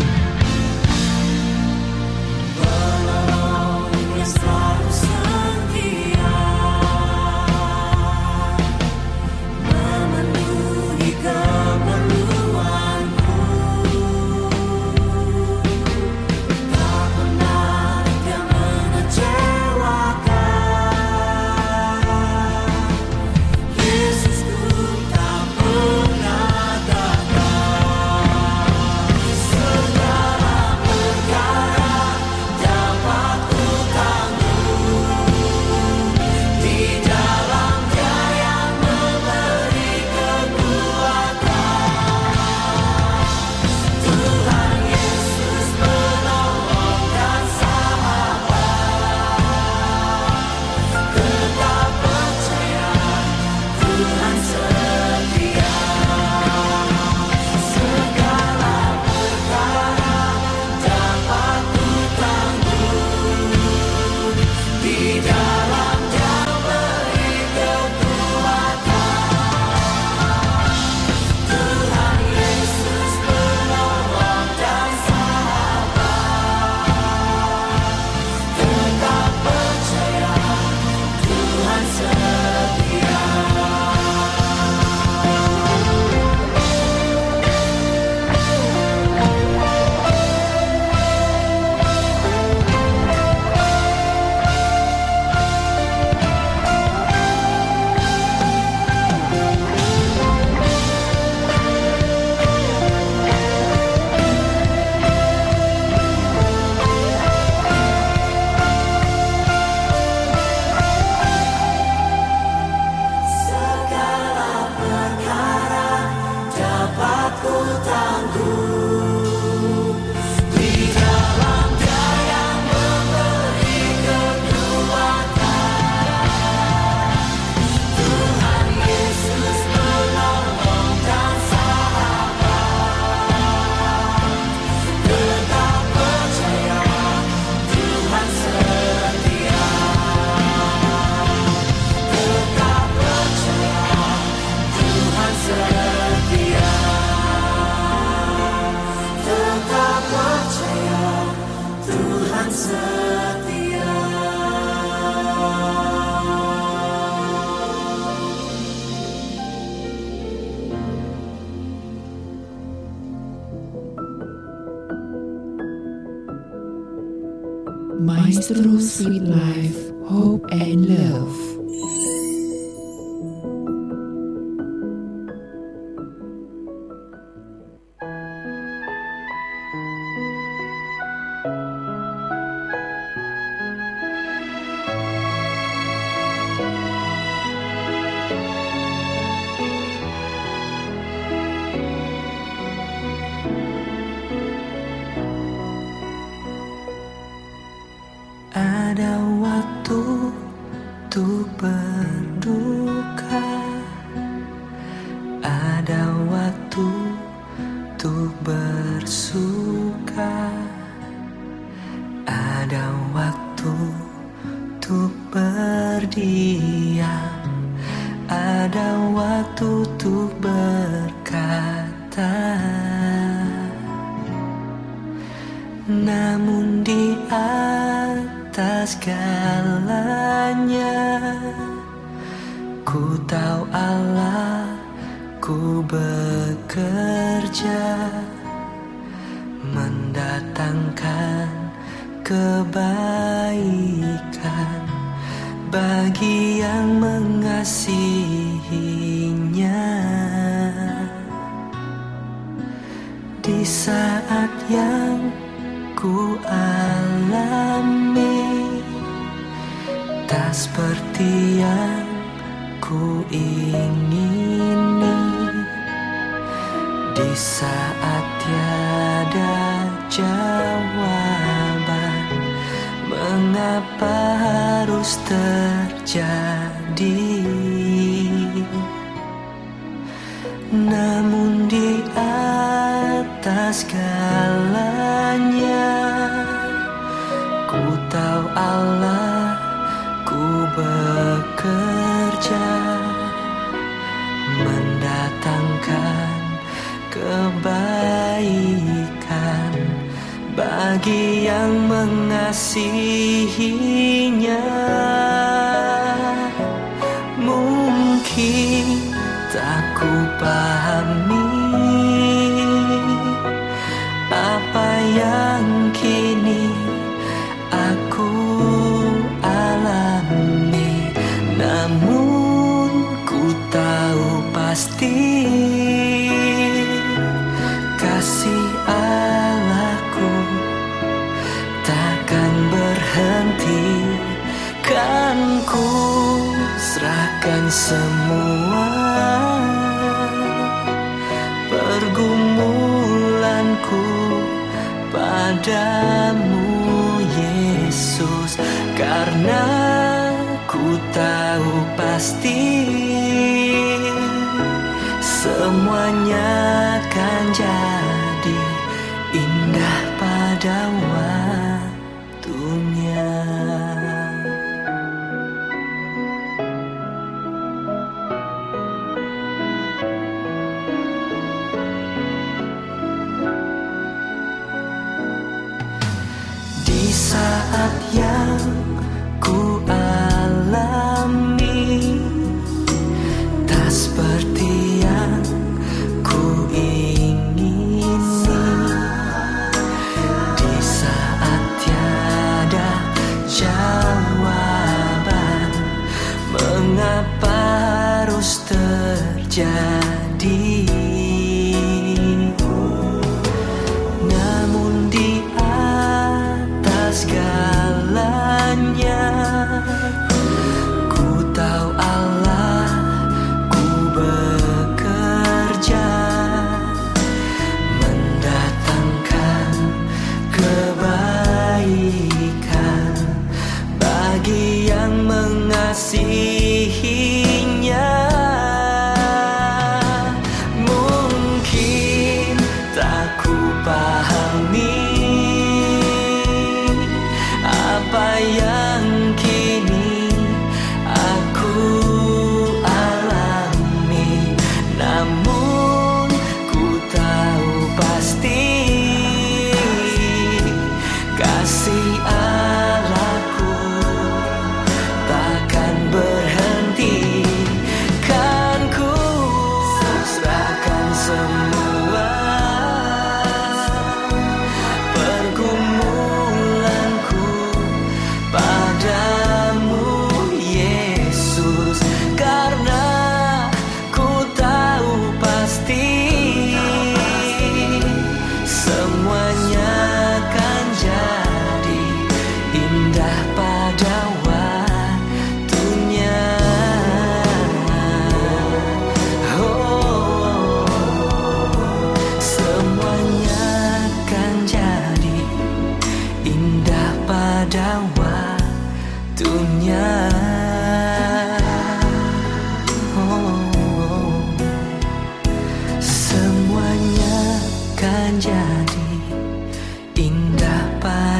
Penolong yang selalu setia, Tuhan setia. Maestro Sweet Life, Hope and Love. Ada waktu untuk berduka, ada waktu untuk bersuka, ada waktu untuk berdiam, ada waktu untuk berkata. Namun di atas segalanya, ku tahu Allah, ku bekerja mendatangkan kebaikan bagi yang mengasihinya. Di saat yang ku alami tak seperti yang ku ingini, di saat tiada jawaban mengapa harus terjadi. Namun di atas segalanya, ku tahu Allah, ku bekerja mendatangkan kebaikan bagi yang mengasihinya. Mungkin tak ku pahami apa yang kini aku alami, namun ku tahu pasti kasih Allahku takkan berhenti. Kan ku serahkan semua pergumulanku padamu Yesus, karena ku tahu pasti semuanya akan jadi indah pada waktunya. Saat yang ku alami tak seperti yang ku ingini, di saat tiada jawaban mengapa harus terjadi. Namun di segalanya, ku tahu Allah, ku bekerja mendatangkan kebaikan bagi yang mengasihinya. Mungkin tak ku pahami apa yang kini aku alami, namun ku tahu pasti kasih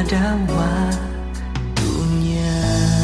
pada waktunya.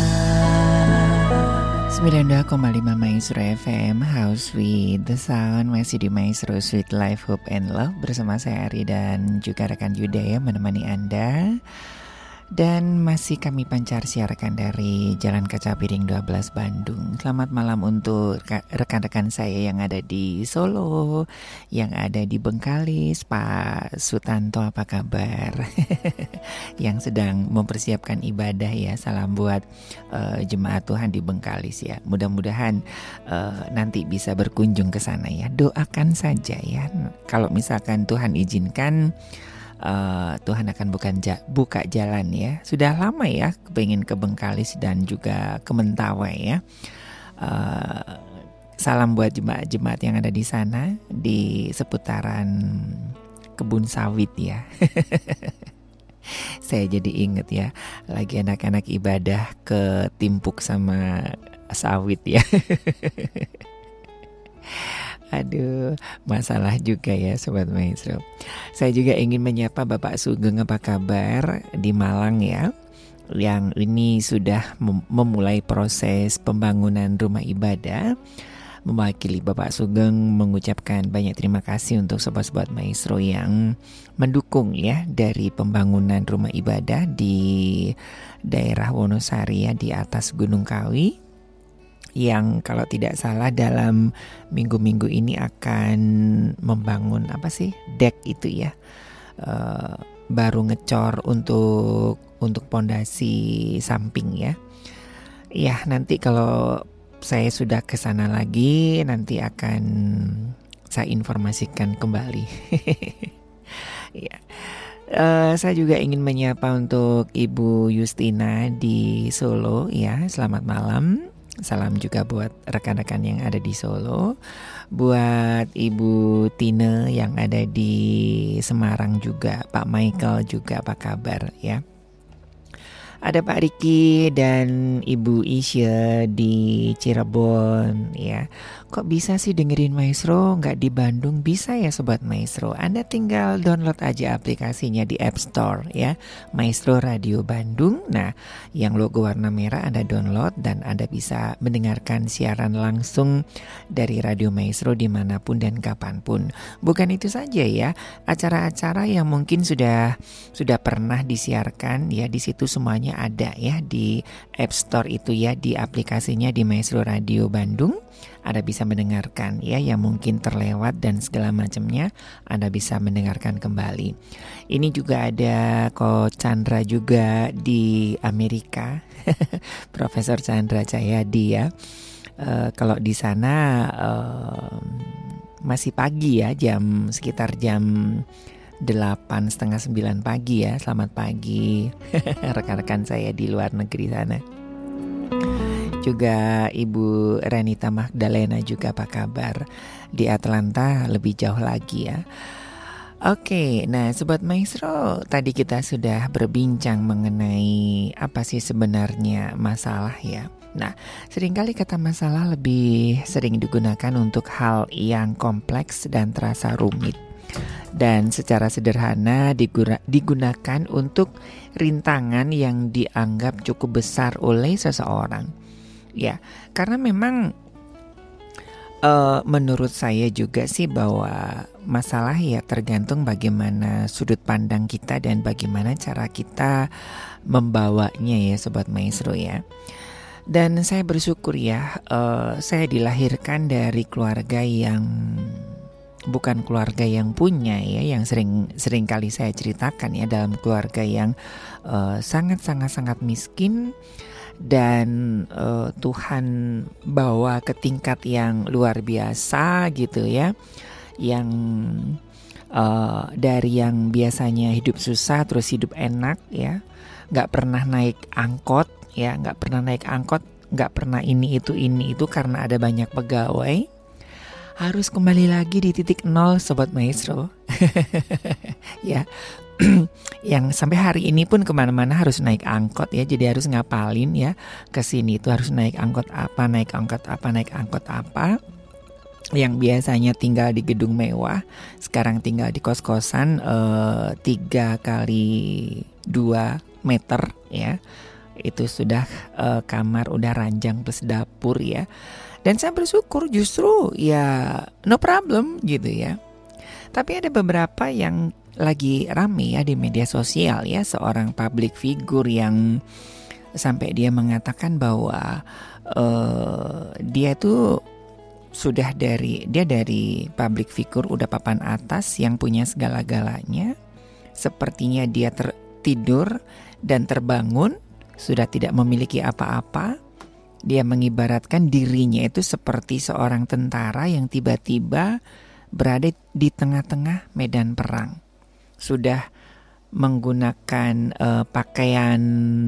sembilan puluh dua koma lima Maestro F M, House with the Sound, masih di Maestro Sweet Life, Hope and Love bersama saya Ari dan juga rekan Yuda ya, menemani Anda. Dan masih kami pancar siarkan dari Jalan Kaca Piring dua belas Bandung. Selamat malam untuk rekan-rekan saya yang ada di Solo, yang ada di Bengkalis. Pak Sutanto apa kabar? Yang sedang mempersiapkan ibadah ya. Salam buat uh, jemaat Tuhan di Bengkalis ya. Mudah-mudahan uh, nanti bisa berkunjung ke sana ya. Doakan saja ya. Kalau misalkan Tuhan izinkan, Uh, Tuhan akan bukan ja, buka jalan ya. Sudah lama ya pengen ke Bengkalis dan juga ke Mentawai ya. uh, Salam buat jemaat-jemaat yang ada di sana, di seputaran kebun sawit ya. Saya jadi inget ya, lagi anak-anak ibadah ketimpuk sama sawit ya. Aduh, masalah juga ya Sobat Maestro. Saya juga ingin menyapa Bapak Sugeng apa kabar di Malang ya, yang ini sudah mem- memulai proses pembangunan rumah ibadah. Mewakili Bapak Sugeng mengucapkan banyak terima kasih untuk sobat-sobat Maestro yang mendukung ya dari pembangunan rumah ibadah di daerah Wonosari ya, di atas Gunung Kawi, yang kalau tidak salah dalam minggu-minggu ini akan membangun apa sih deck itu ya, uh, baru ngecor untuk untuk pondasi samping ya. Ya nanti kalau saya sudah ke sana lagi nanti akan saya informasikan kembali. Ya. Uh, saya juga ingin menyapa untuk Ibu Justina di Solo ya, selamat malam. Salam juga buat rekan-rekan yang ada di Solo. Buat Ibu Tine yang ada di Semarang juga. Pak Michael juga apa kabar ya. Ada Pak Riki dan Ibu Isya di Cirebon ya. Kok bisa sih dengerin Maestro nggak di Bandung? Bisa ya Sobat Maestro. Anda tinggal download aja aplikasinya di App Store ya, Maestro Radio Bandung. Nah yang logo warna merah Anda download dan Anda bisa mendengarkan siaran langsung dari Radio Maestro dimanapun dan kapanpun. Bukan itu saja ya, acara-acara yang mungkin sudah sudah pernah disiarkan ya, di situ semuanya ada ya di App Store itu ya, di aplikasinya di Maestro Radio Bandung. Anda bisa mendengarkan ya yang mungkin terlewat dan segala macamnya, Anda bisa mendengarkan kembali. Ini juga ada Ko Chandra juga di Amerika. Profesor Chandra Cahyadi ya. Uh, kalau di sana uh, masih pagi ya, jam sekitar jam delapan setengah sembilan pagi ya. Selamat pagi rekan-rekan saya di luar negeri sana. Juga Ibu Renita Magdalena juga apa kabar di Atlanta, lebih jauh lagi ya. Oke, nah Sobat Maestro, tadi kita sudah berbincang mengenai apa sih sebenarnya masalah ya. Nah, seringkali kata masalah lebih sering digunakan untuk hal yang kompleks dan terasa rumit. Dan secara sederhana digunakan untuk rintangan yang dianggap cukup besar oleh seseorang. Ya, karena memang uh, menurut saya juga sih bahwa masalah ya tergantung bagaimana sudut pandang kita dan bagaimana cara kita membawanya ya Sobat Maestro ya. Dan saya bersyukur ya, uh, saya dilahirkan dari keluarga yang bukan keluarga yang punya ya, yang sering sering kali saya ceritakan ya, dalam keluarga yang uh, sangat-sangat-sangat miskin. Dan uh, Tuhan bawa ke tingkat yang luar biasa gitu ya, yang uh, dari yang biasanya hidup susah terus hidup enak ya, nggak pernah naik angkot ya, nggak pernah naik angkot, nggak pernah ini itu ini itu karena ada banyak pegawai, harus kembali lagi di titik nol Sobat Maestro. Ya. Yang sampai hari ini pun kemana-mana harus naik angkot ya, jadi harus ngapalin ya, ke sini itu harus naik angkot apa, naik angkot apa, naik angkot apa. Yang biasanya tinggal di gedung mewah, sekarang tinggal di kos-kosan eh, tiga kali dua meter ya. Itu sudah uh, kamar udah ranjang plus dapur ya. Dan saya bersyukur justru ya no problem gitu ya. Tapi ada beberapa yang lagi rame ya di media sosial ya, seorang public figure yang sampai dia mengatakan bahwa uh, dia itu sudah dari dia dari public figure udah papan atas yang punya segala-galanya. Sepertinya dia tertidur dan terbangun, sudah tidak memiliki apa-apa. Dia mengibaratkan dirinya itu seperti seorang tentara yang tiba-tiba berada di tengah-tengah medan perang. Sudah menggunakan uh, pakaian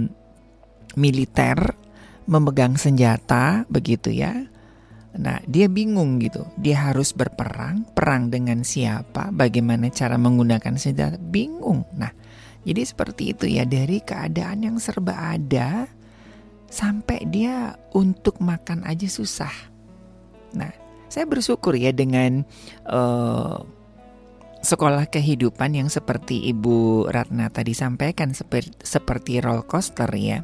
militer, memegang senjata, begitu ya. Nah, dia bingung gitu. Dia harus berperang, perang dengan siapa, bagaimana cara menggunakan senjata, bingung. Nah, jadi seperti itu ya, dari keadaan yang serba ada sampai dia untuk makan aja susah. Nah, saya bersyukur ya dengan uh, sekolah kehidupan yang seperti Ibu Ratna tadi sampaikan, seperti, seperti roller coaster ya.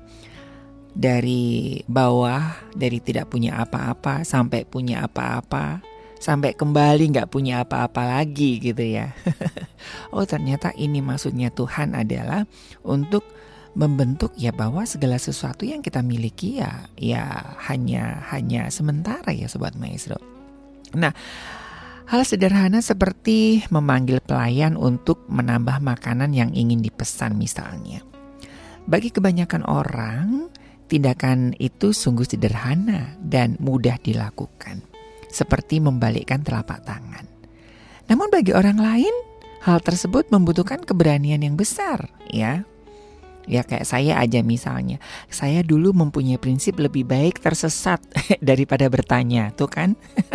Dari bawah, dari tidak punya apa-apa sampai punya apa-apa, sampai kembali gak punya apa-apa lagi gitu ya. Oh, ternyata ini maksudnya Tuhan adalah untuk membentuk ya bahwa segala sesuatu yang kita miliki ya ya hanya hanya sementara ya Sobat Maestro. Nah, hal sederhana seperti memanggil pelayan untuk menambah makanan yang ingin dipesan misalnya. Bagi kebanyakan orang, tindakan itu sungguh sederhana dan mudah dilakukan, seperti membalikkan telapak tangan. Namun bagi orang lain, hal tersebut membutuhkan keberanian yang besar, ya. Ya kayak saya aja misalnya, saya dulu mempunyai prinsip lebih baik tersesat daripada bertanya, tuh kan?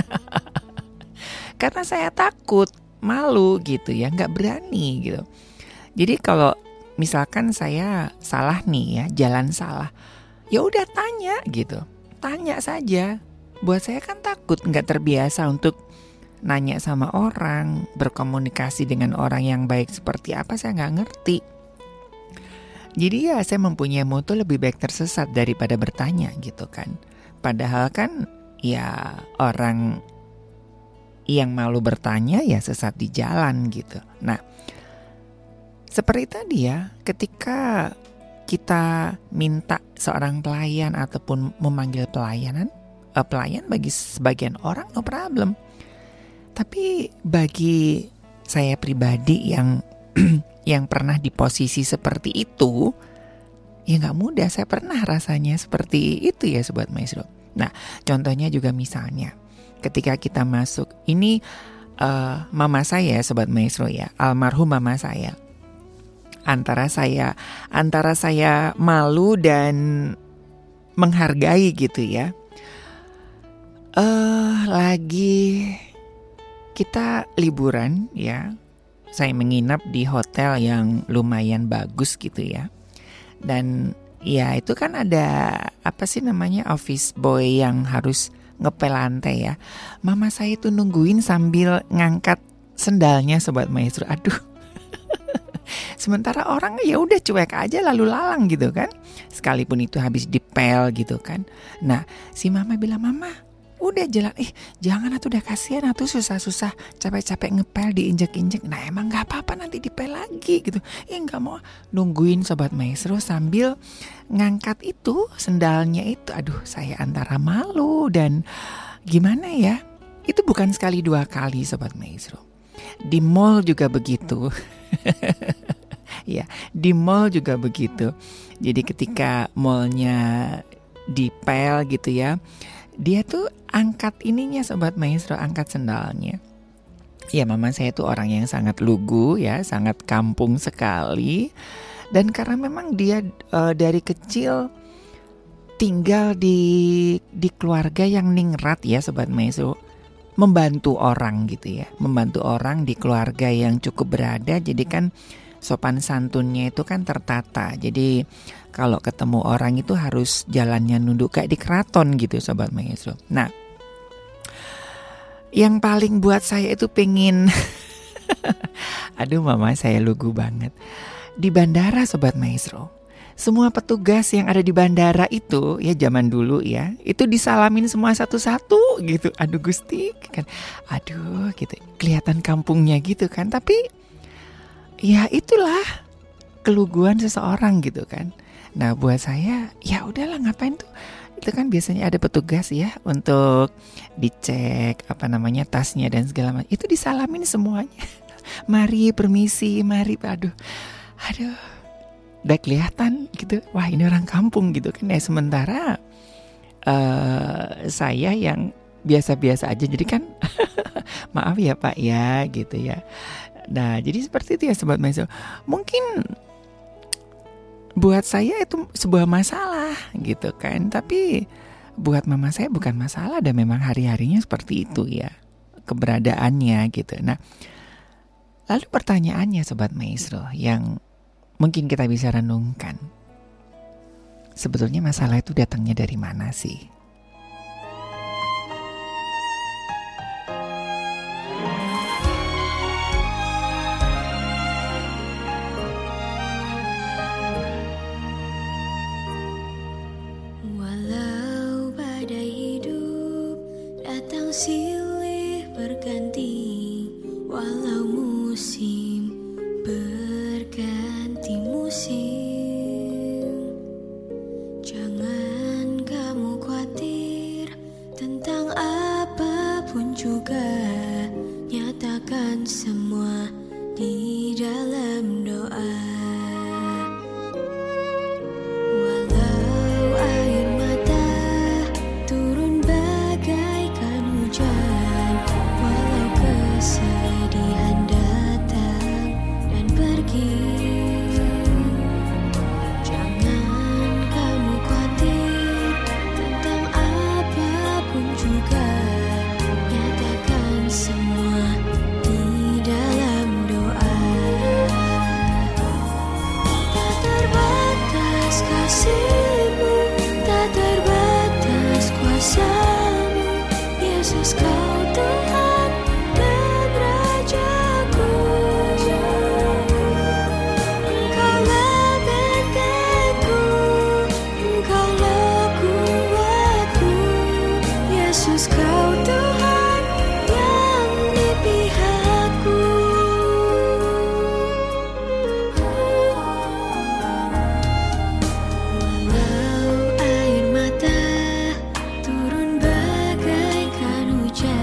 Karena saya takut, malu gitu ya, nggak berani gitu. Jadi kalau misalkan saya salah nih ya, jalan salah, ya udah tanya gitu, tanya saja. Buat saya kan takut, nggak terbiasa untuk nanya sama orang, berkomunikasi dengan orang yang baik seperti apa, saya nggak ngerti. Jadi ya saya mempunyai moto lebih baik tersesat daripada bertanya gitu kan. Padahal kan ya orang yang malu bertanya ya sesat di jalan gitu. Nah, seperti tadi ya, ketika kita minta seorang pelayan ataupun memanggil pelayanan, uh, pelayan bagi sebagian orang no problem. Tapi bagi saya pribadi yang yang pernah di posisi seperti itu, ya nggak mudah. Saya pernah rasanya seperti itu ya Sobat Maestro. Nah, contohnya juga misalnya ketika kita masuk, ini uh, mama saya Sobat Maestro ya, almarhum mama saya. Antara saya antara saya malu dan menghargai gitu ya. Uh, lagi kita liburan ya. Saya menginap di hotel yang lumayan bagus gitu ya. Dan ya itu kan ada apa sih namanya office boy yang harus ngepel lantai ya. Mama saya itu nungguin sambil ngangkat sendalnya Sobat Maestro. Aduh. Sementara orang ya udah cuek aja lalu lalang gitu kan. Sekalipun itu habis dipel gitu kan. Nah, si mama bilang, "Mama, udah jalan, eh jangan atuh, udah kasihan atuh susah-susah capek-capek ngepel diinjek-injek. Nah emang gak apa-apa nanti dipel lagi gitu." Ya gak mau nungguin Sobat Maestro sambil ngangkat itu sendalnya itu. Aduh, saya antara malu dan gimana ya. Itu bukan sekali dua kali Sobat Maestro. Di mall juga begitu. Ya, di mall juga begitu. Jadi ketika mallnya dipel gitu ya, dia tuh angkat ininya Sobat Maestro, angkat sendalnya. Ya mama saya tuh orang yang sangat lugu ya, sangat kampung sekali. Dan karena memang dia uh, dari kecil tinggal di di keluarga yang ningrat ya Sobat Maestro, membantu orang gitu ya, membantu orang di keluarga yang cukup berada. Jadi kan sopan santunnya itu kan tertata. Jadi kalau ketemu orang itu harus jalannya nunduk kayak di keraton gitu Sobat Maestro. Nah, yang paling buat saya itu pengen aduh mama saya lugu banget. Di bandara Sobat Maestro, semua petugas yang ada di bandara itu, ya zaman dulu ya, itu disalamin semua satu-satu gitu. Aduh Gusti, kan, aduh gitu, kelihatan kampungnya gitu kan. Tapi ya itulah keluguan seseorang gitu kan. Nah buat saya, ya udahlah ngapain tuh. Itu kan biasanya ada petugas ya untuk dicek apa namanya tasnya dan segala macam. Itu disalamin semuanya. Mari permisi, mari, aduh, aduh, udah kelihatan gitu. Wah ini orang kampung gitu kan. Ya sementara uh, saya yang biasa-biasa aja. Jadi kan maaf ya Pak ya gitu ya. Nah jadi seperti itu ya Sobat Maestro. Mungkin buat saya itu sebuah masalah gitu kan. Tapi buat mama saya bukan masalah. Dan memang hari-harinya seperti itu ya, keberadaannya gitu. Nah lalu pertanyaannya Sobat Maestro yang mungkin kita bisa renungkan, sebetulnya masalah itu datangnya dari mana sih? Walau badai hidup datang silih berganti, walau musim berganti musim, jangan kamu khawatir tentang apapun juga. Nyatakan semua di dalam doa. Walau air mata turun bagaikan hujan, walau kesedihan datang dan pergi, jangan kamu khawatir tentang apapun juga. Nyatakan semua di dalam doa. Tak terbatas kasih-Mu, tak terbatas kuasa-Mu, Yesus Kau Tuhan dan Rajaku. Engkaulah bentengku, Engkaulah kuatku, Yesus Kau Tuhan yang di pihakku. Walau air mata turun bagaikan hujan,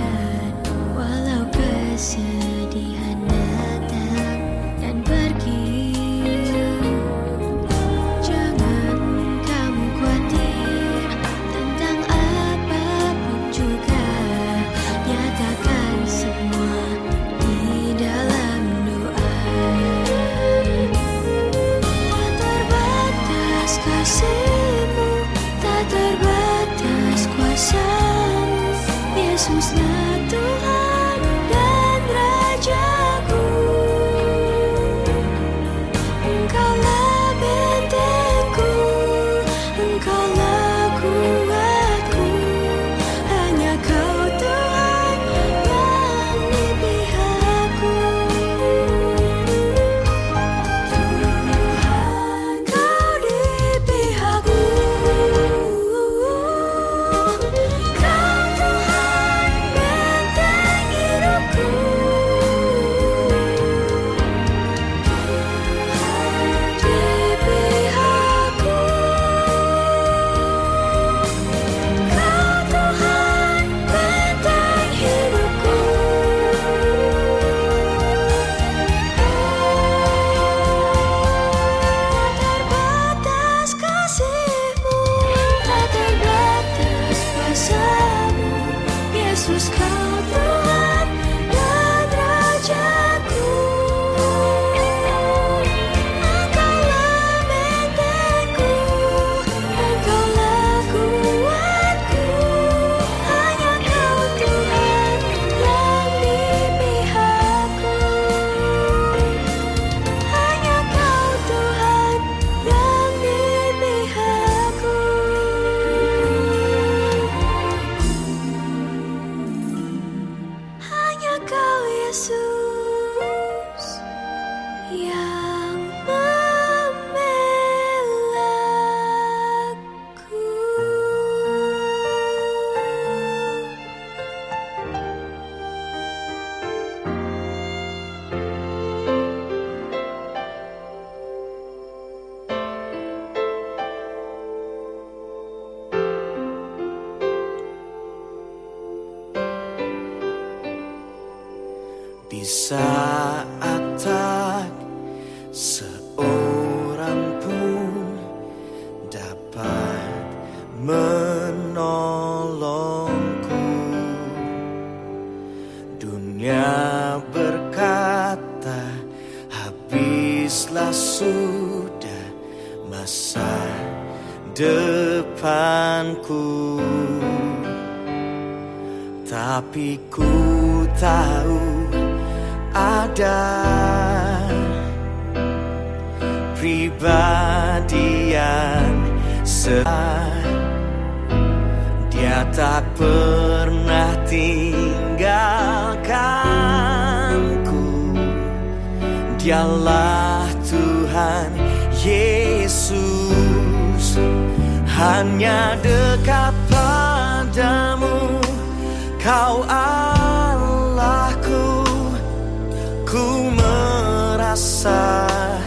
Di saat tak seorang pun dapat menolongku, dunia berkata habislah sudah masa depanku. Tapi ku tahu ada pribadi yang setia, dia tak pernah tinggalkanku. Dialah Tuhan Yesus, hanya dekat padamu Kau Allahku. Ku merasa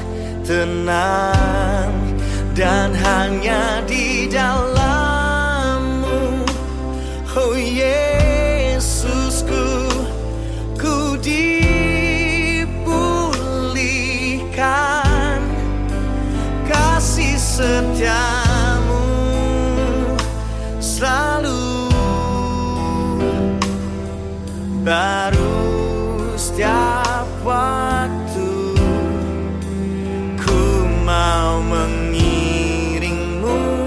tenang dan hanya di dalam-Mu, oh Yesusku, ku dipulihkan. Kasih setia-Mu selalu baru setiap waktu. Ku mau mengiringmu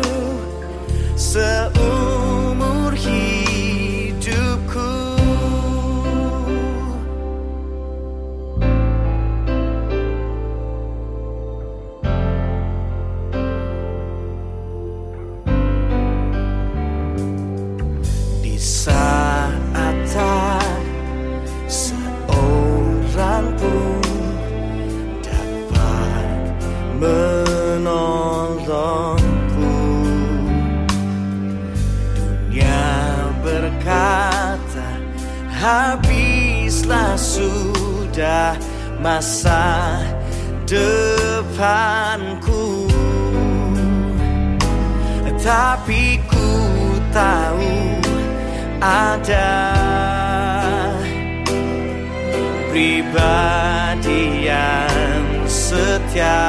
seumur hidupku. Di saat tak seorang pun dapat menolongku, dunia berkata habislah sudah masa depanku. Tapi ku tahu ada pribadi yang setia,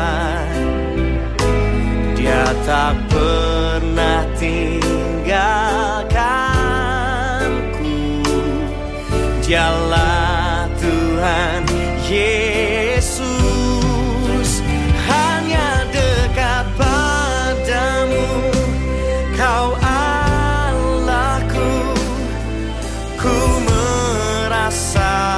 dia tak pernah tinggalkanku. Dialah Tuhan Yesus, hanya dekat padamu Kau Allahku. Ku merasa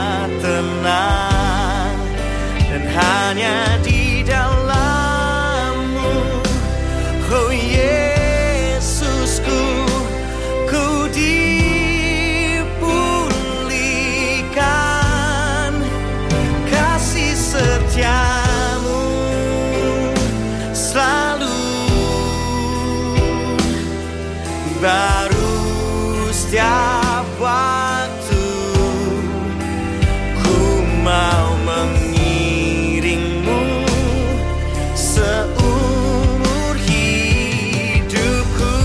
tenang dan hanya di dalam-Mu, oh Yesusku, ku dipulihkan. Kasih setia-Mu selalu baru setiap waktu. Ku mau mengiringmu seumur hidupku.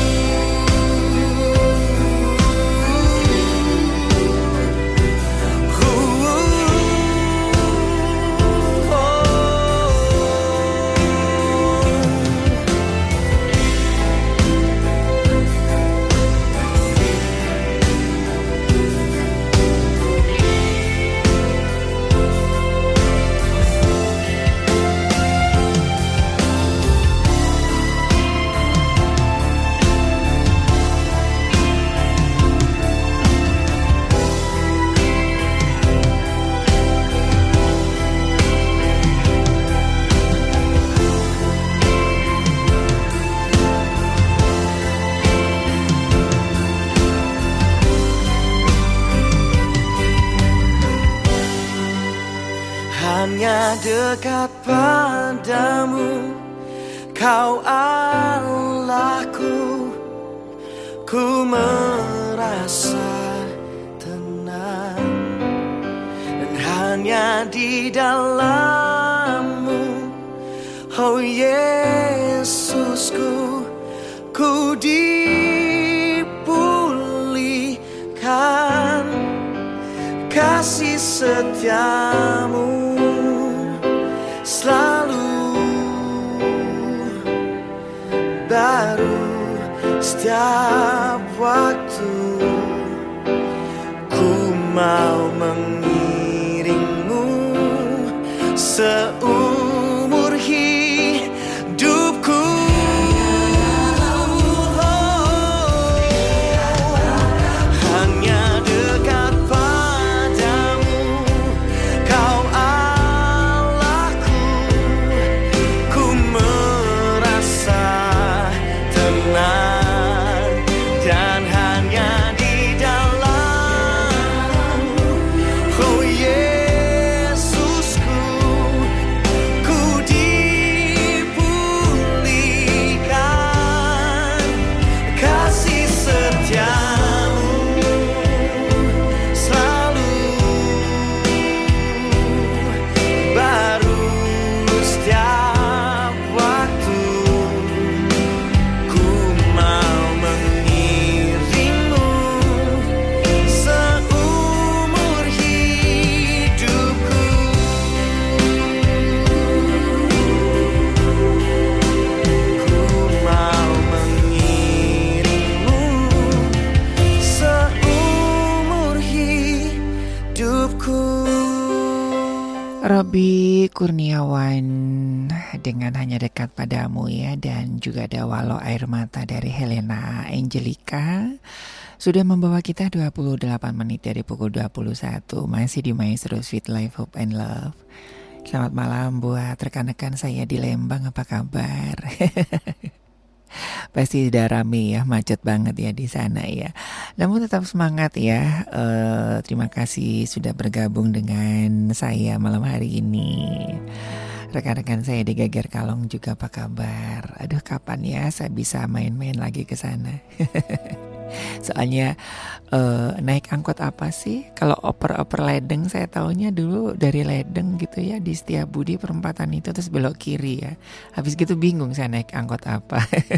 Hanya dekat padamu Kau Allahku. Ku merasa tenang dan hanya di dalam-Mu, oh Yesusku, ku dipulihkan. Kasih setiamu selalu baru setiap waktu. Ku mau mengiringmu seumur hidupku. Hanya dekat padamu, kau Allahku. Ku merasa tenang dan hanya di dalam, oh Yesusku, ku dipulihkan. Kasih setiamu selalu baru setiap waktu. Ku mau mengiringmu seumur hidupku. Ku mau mengiringmu seumur hidupku. Robi Kurniawan dengan Hanya Dekat Padamu ya, dan juga ada Walau Air Mata dari Helena Angelica. Sudah membawa kita dua puluh delapan menit dari pukul dua puluh satu. Masih di Maestro Sweet Life, Hope and Love. Selamat malam buat rekan-rekan saya di Lembang, apa kabar? Pasti udah rame ya, macet banget ya di sana ya. Namun tetap semangat ya. Eh, terima kasih sudah bergabung dengan saya malam hari ini. Rekan-rekan saya di Geger Kalong juga apa kabar? Aduh, kapan ya saya bisa main-main lagi ke sana? Soalnya uh, naik angkot apa sih? Kalau oper-oper Ledeng saya taunya dulu dari Ledeng gitu ya, di Setiabudi perempatan itu terus belok kiri ya. Habis gitu bingung saya naik angkot apa.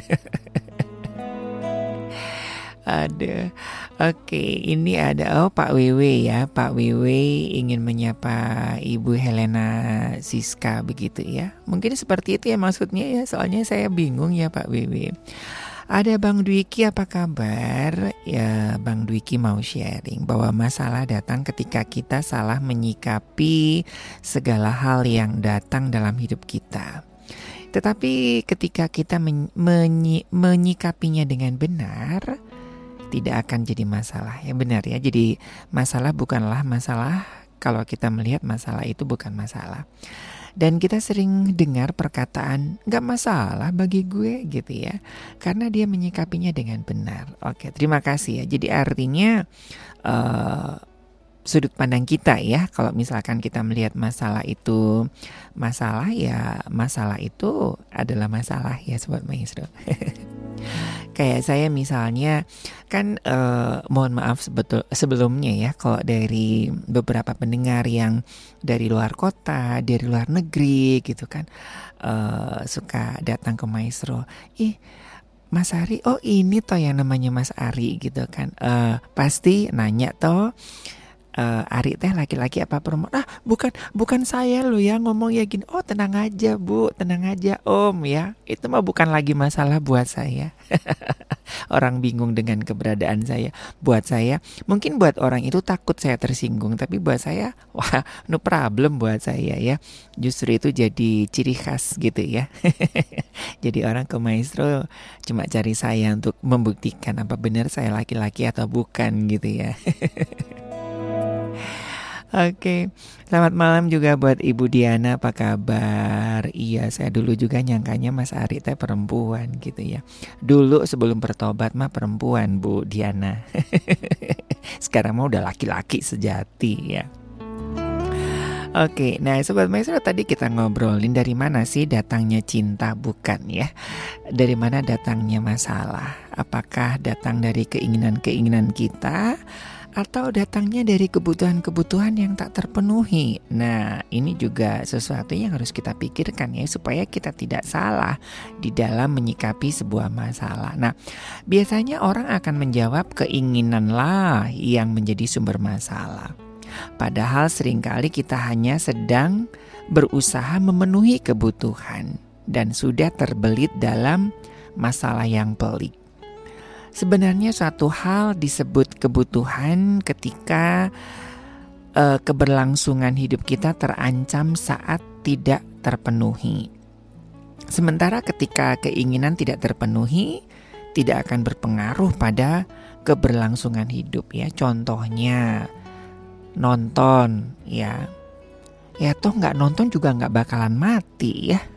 Aduh. Oke, ini ada oh Pak Wewe ya. Pak Wewe ingin menyapa Ibu Helena Siska begitu ya. Mungkin seperti itu ya maksudnya ya. Soalnya saya bingung ya Pak Wewe. Ada Bang Dwiki, apa kabar? Ya, Bang Dwiki mau sharing bahwa masalah datang ketika kita salah menyikapi segala hal yang datang dalam hidup kita. Tetapi ketika kita men- menyi- menyikapinya dengan benar, tidak akan jadi masalah. Ya benar ya. Jadi masalah bukanlah masalah kalau kita melihat masalah itu bukan masalah. Dan kita sering dengar perkataan gak masalah bagi gue gitu ya, karena dia menyikapinya dengan benar. Oke, terima kasih ya. Jadi artinya uh, sudut pandang kita ya, kalau misalkan kita melihat masalah itu masalah ya, masalah itu adalah masalah ya Sobat Maestro. Kayak saya misalnya kan eh, mohon maaf sebetul, sebelumnya ya kalau dari beberapa pendengar yang dari luar kota, dari luar negeri gitu kan eh, suka datang ke Maestro. Ih Mas Ari, oh ini toh yang namanya Mas Ari gitu kan. Eh, pasti nanya toh. Uh, Ari teh laki-laki apa perempuan? Ah bukan bukan saya loh ya ngomong ya gini. Oh tenang aja Bu, tenang aja Om ya. Itu mah bukan lagi masalah buat saya. Orang bingung dengan keberadaan saya. Buat saya, mungkin buat orang itu takut saya tersinggung, tapi buat saya wah no problem buat saya ya. Justru itu jadi ciri khas gitu ya. Jadi orang ke Maestro cuma cari saya untuk membuktikan apa benar saya laki-laki atau bukan gitu ya. Oke, selamat malam juga buat Ibu Diana, apa kabar? Iya, saya dulu juga nyangkanya Mas Ari teh perempuan gitu ya. Dulu sebelum bertobat mah perempuan Bu Diana. Sekarang mah udah laki-laki sejati ya. Oke, nah Sobat Maestro tadi kita ngobrolin dari mana sih datangnya cinta, bukan ya? Dari mana datangnya masalah? Apakah datang dari keinginan-keinginan kita? Atau datangnya dari kebutuhan-kebutuhan yang tak terpenuhi. Nah, ini juga sesuatu yang harus kita pikirkan ya, supaya kita tidak salah di dalam menyikapi sebuah masalah. Nah, biasanya orang akan menjawab keinginan lah yang menjadi sumber masalah. Padahal seringkali kita hanya sedang berusaha memenuhi kebutuhan dan sudah terbelit dalam masalah yang pelik. Sebenarnya suatu hal disebut kebutuhan ketika uh, keberlangsungan hidup kita terancam saat tidak terpenuhi. Sementara ketika keinginan tidak terpenuhi, tidak akan berpengaruh pada keberlangsungan hidup ya. Contohnya nonton ya. Ya toh nggak nonton juga nggak bakalan mati ya.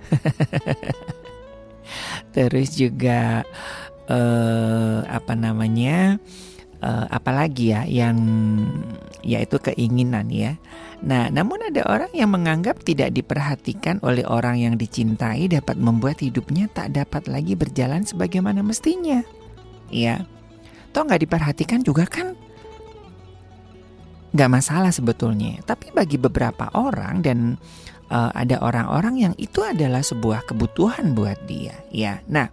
Terus juga eh, apa namanya, eh, apalagi ya yang yaitu keinginan ya. Nah, namun ada orang yang menganggap tidak diperhatikan oleh orang yang dicintai dapat membuat hidupnya tak dapat lagi berjalan sebagaimana mestinya. Ya, toh nggak diperhatikan juga kan nggak masalah sebetulnya. Tapi bagi beberapa orang dan uh, ada orang-orang yang itu adalah sebuah kebutuhan buat dia. Ya, nah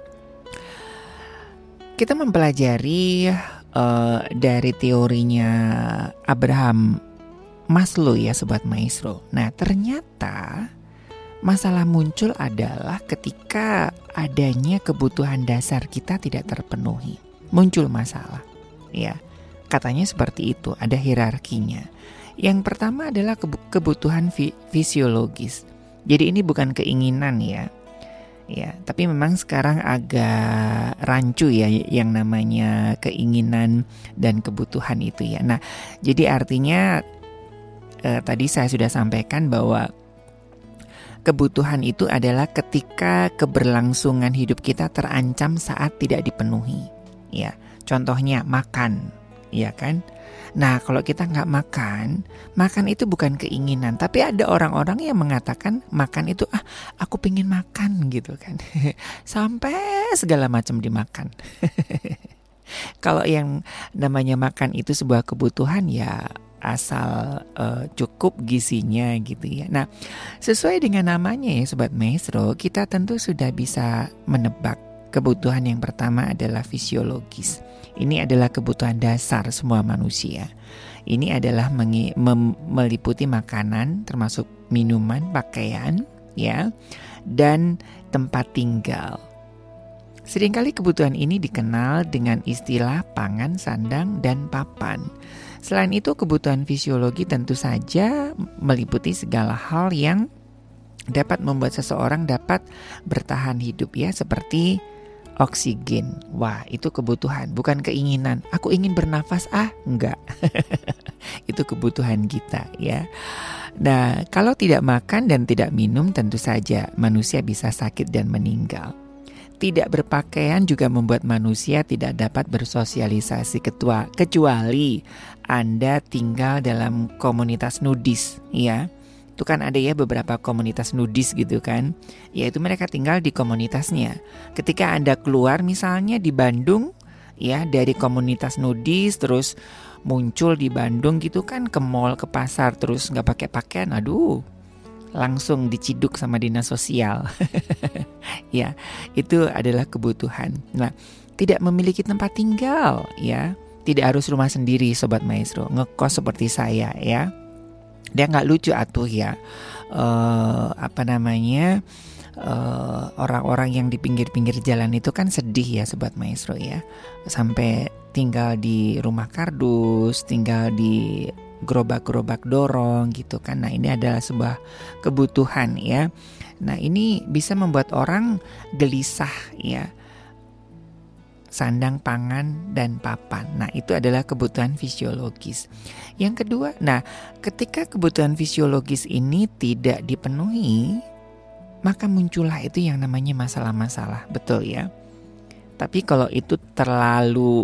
kita mempelajari uh, dari teorinya Abraham Maslow ya Sobat Maestro. Nah ternyata masalah muncul adalah ketika adanya kebutuhan dasar kita tidak terpenuhi. Muncul masalah ya. Katanya seperti itu, ada hierarkinya. Yang pertama adalah kebutuhan fi- fisiologis. Jadi ini bukan keinginan ya. Ya, tapi memang sekarang agak rancu ya yang namanya keinginan dan kebutuhan itu ya. Nah, jadi artinya eh, tadi saya sudah sampaikan bahwa kebutuhan itu adalah ketika keberlangsungan hidup kita terancam saat tidak dipenuhi. Ya, contohnya makan. Ya kan? Nah kalau kita gak makan, makan itu bukan keinginan. Tapi ada orang-orang yang mengatakan makan itu, ah aku pengen makan gitu kan. Sampai segala macam dimakan. Kalau yang namanya makan itu sebuah kebutuhan ya asal uh, cukup gizinya gitu ya. Nah sesuai dengan namanya ya Sobat Maestro, kita tentu sudah bisa menebak kebutuhan yang pertama adalah fisiologis. Ini adalah kebutuhan dasar semua manusia. Ini adalah mengi- mem- meliputi makanan, termasuk minuman, pakaian, ya, dan tempat tinggal. Seringkali kebutuhan ini dikenal dengan istilah pangan, sandang, dan papan. Selain itu, kebutuhan fisiologi tentu saja meliputi segala hal yang dapat membuat seseorang dapat bertahan hidup, ya, seperti oksigen. Wah, itu kebutuhan, bukan keinginan. Aku ingin bernafas, ah, enggak. Itu kebutuhan kita, ya. Nah, kalau tidak makan dan tidak minum, tentu saja manusia bisa sakit dan meninggal. Tidak berpakaian juga membuat manusia tidak dapat bersosialisasi ketua, kecuali Anda tinggal dalam komunitas nudis, ya. Itu kan ada ya beberapa komunitas nudis gitu kan. Yaitu mereka tinggal di komunitasnya. Ketika Anda keluar misalnya di Bandung ya dari komunitas nudis terus muncul di Bandung gitu kan ke mall, ke pasar terus gak pakai pakaian, aduh langsung diciduk sama dinas sosial. Ya, itu adalah kebutuhan. Nah, tidak memiliki tempat tinggal ya. Tidak harus rumah sendiri Sobat Maestro, ngekos seperti saya ya. Dia nggak lucu atuh ya, uh, apa namanya uh, orang-orang yang di pinggir-pinggir jalan itu kan sedih ya Sobat Maestro ya, sampai tinggal di rumah kardus, tinggal di gerobak-gerobak dorong gitu kan. Nah ini adalah sebuah kebutuhan ya. Nah ini bisa membuat orang gelisah ya. Sandang, pangan, dan papan. Nah itu adalah kebutuhan fisiologis. Yang kedua, nah ketika kebutuhan fisiologis ini tidak dipenuhi, maka muncullah itu yang namanya masalah-masalah, betul ya. Tapi kalau itu terlalu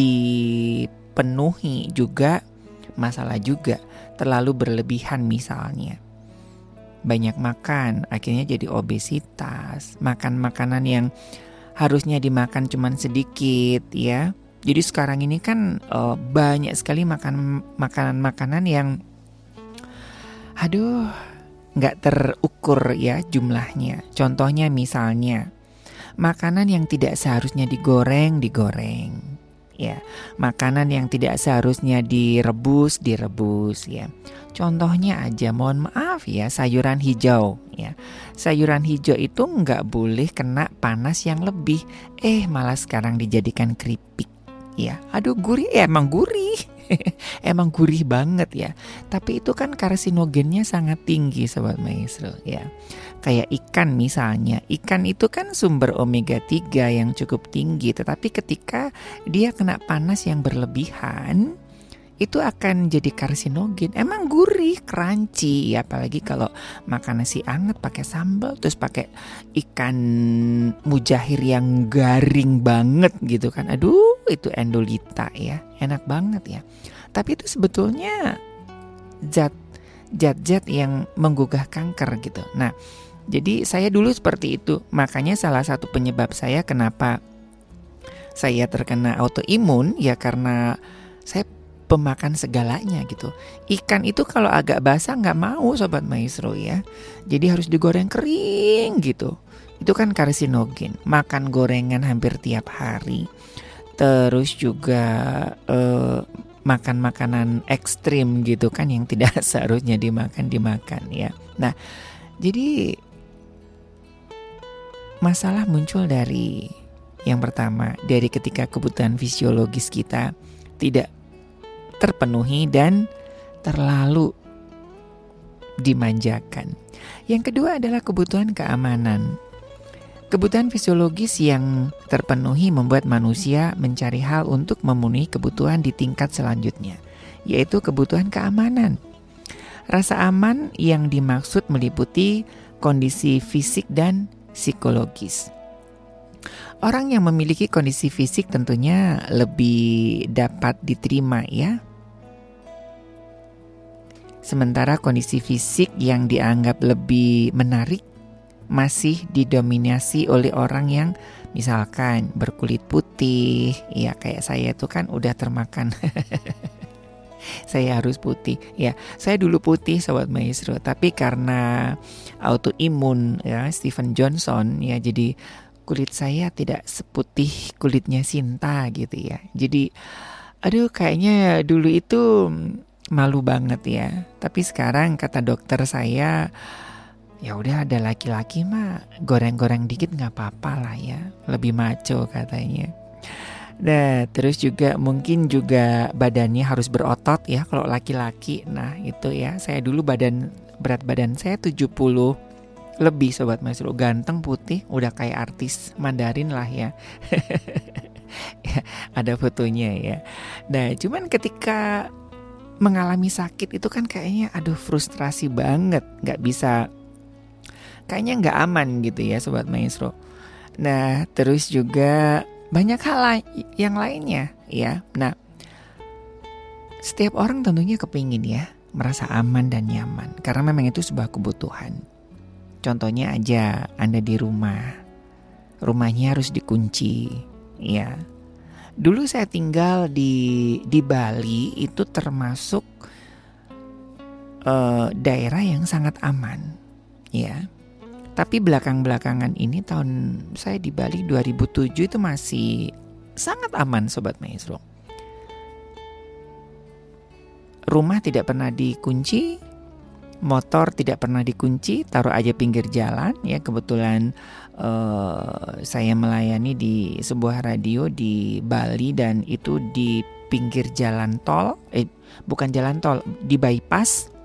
dipenuhi juga masalah juga. Terlalu berlebihan misalnya. Banyak makan, akhirnya jadi obesitas. Makan makanan yang harusnya dimakan cuman sedikit ya. Jadi sekarang ini kan uh, banyak sekali makan makanan-makanan yang aduh nggak terukur ya jumlahnya. Contohnya misalnya makanan yang tidak seharusnya digoreng digoreng ya. Makanan yang tidak seharusnya direbus, direbus ya. Contohnya aja, mohon maaf ya, sayuran hijau ya. Sayuran hijau itu nggak boleh kena panas yang lebih. Eh malah sekarang dijadikan keripik ya. Aduh gurih, ya emang gurih. Emang gurih banget ya. Tapi itu kan karsinogennya sangat tinggi Sobat Maestro ya. Kayak ikan misalnya. Ikan itu kan sumber omega tiga yang cukup tinggi. Tetapi ketika dia kena panas yang berlebihan, itu akan jadi karsinogen. Emang gurih, crunchy ya. Apalagi kalau makan nasi anget pakai sambal, terus pakai ikan mujahir yang garing banget gitu kan. Aduh itu endolita ya. Enak banget ya. Tapi itu sebetulnya zat zat-zat yang menggugah kanker gitu. Nah, jadi saya dulu seperti itu. Makanya salah satu penyebab saya kenapa saya terkena autoimun ya karena saya pemakan segalanya gitu. Ikan itu kalau agak basah nggak mau Sobat Maestro ya. Jadi harus digoreng kering gitu. Itu kan karsinogen. Makan gorengan hampir tiap hari. Terus juga eh, makan makanan ekstrim gitu kan yang tidak seharusnya dimakan dimakan ya. Nah, jadi masalah muncul dari yang pertama dari ketika kebutuhan fisiologis kita tidak terpenuhi dan terlalu dimanjakan. Yang kedua adalah kebutuhan keamanan. Kebutuhan fisiologis yang terpenuhi membuat manusia mencari hal untuk memenuhi kebutuhan di tingkat selanjutnya, yaitu kebutuhan keamanan. Rasa aman yang dimaksud meliputi kondisi fisik dan psikologis. Orang yang memiliki kondisi fisik tentunya lebih dapat diterima ya. Sementara kondisi fisik yang dianggap lebih menarik masih didominasi oleh orang yang misalkan berkulit putih, ya kayak saya itu kan udah termakan. Saya harus putih, ya. Saya dulu putih Sobat Maestro, tapi karena autoimun ya Stephen Johnson ya, jadi kulit saya tidak seputih kulitnya Sinta gitu ya. Jadi aduh kayaknya dulu itu malu banget ya. Tapi sekarang kata dokter saya, ya udah ada laki-laki mah goreng-goreng dikit nggak apa-apa lah ya, lebih maco katanya. Nah terus juga mungkin juga badannya harus berotot ya kalau laki-laki. Nah itu ya, saya dulu badan berat badan saya tujuh puluh lebih Sobat Maestro, ganteng putih udah kayak artis Mandarin lah ya. Ya ada fotonya ya. Nah cuman ketika mengalami sakit itu kan kayaknya aduh frustrasi banget, nggak bisa, kayaknya nggak aman gitu ya Sobat Maestro. Nah terus juga banyak hal la- yang lainnya ya. Nah setiap orang tentunya kepingin ya merasa aman dan nyaman, karena memang itu sebuah kebutuhan. Contohnya aja Anda di rumah, rumahnya harus dikunci ya. Dulu saya tinggal di di Bali itu termasuk uh, daerah yang sangat aman ya. Tapi belakang-belakangan ini tahun saya di Bali dua ribu tujuh itu masih sangat aman Sobat Maestro. Rumah tidak pernah dikunci, motor tidak pernah dikunci, taruh aja pinggir jalan ya. Kebetulan uh, saya melayani di sebuah radio di Bali dan itu di pinggir jalan tol, eh bukan jalan tol, di bypass.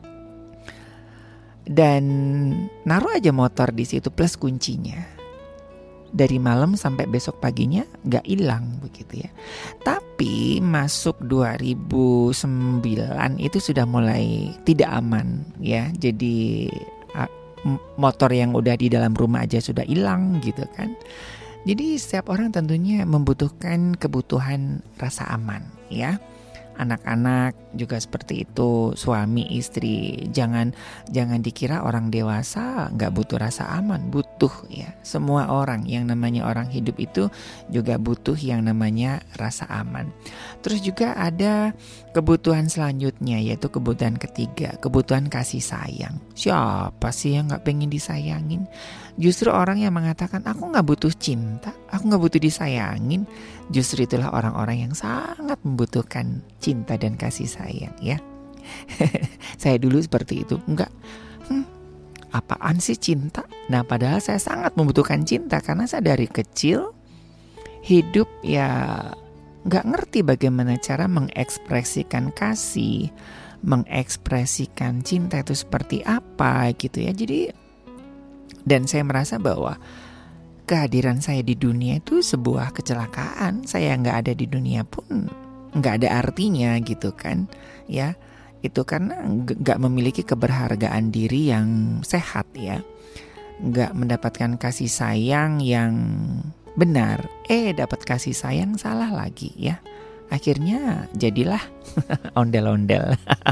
Dan naruh aja motor di situ plus kuncinya. Dari malam sampai besok paginya nggak hilang begitu ya. Tapi masuk dua ribu sembilan itu sudah mulai tidak aman ya. Jadi motor yang udah di dalam rumah aja sudah hilang gitu kan. Jadi setiap orang tentunya membutuhkan kebutuhan rasa aman ya. Anak-anak juga seperti itu, suami istri. Jangan jangan dikira orang dewasa nggak butuh rasa aman, butuh ya. Semua orang yang namanya orang hidup itu juga butuh yang namanya rasa aman. Terus juga ada kebutuhan selanjutnya, yaitu kebutuhan ketiga, kebutuhan kasih sayang. Siapa sih yang nggak pengen disayangin? Justru orang yang mengatakan aku nggak butuh cinta, aku nggak butuh disayangin, justru itulah orang-orang yang sangat membutuhkan cinta dan kasih sayang ya. Saya dulu seperti itu, enggak, hmm, apaan sih cinta? Nah padahal saya sangat membutuhkan cinta karena saya dari kecil hidup ya nggak ngerti bagaimana cara mengekspresikan kasih, mengekspresikan cinta itu seperti apa gitu ya. Jadi dan saya merasa bahwa kehadiran saya di dunia itu sebuah kecelakaan. Saya nggak ada di dunia pun nggak ada artinya gitu kan ya. Itu karena nggak memiliki keberhargaan diri yang sehat ya, nggak mendapatkan kasih sayang yang benar. Eh dapat kasih sayang salah lagi ya. Akhirnya jadilah ondel-ondel.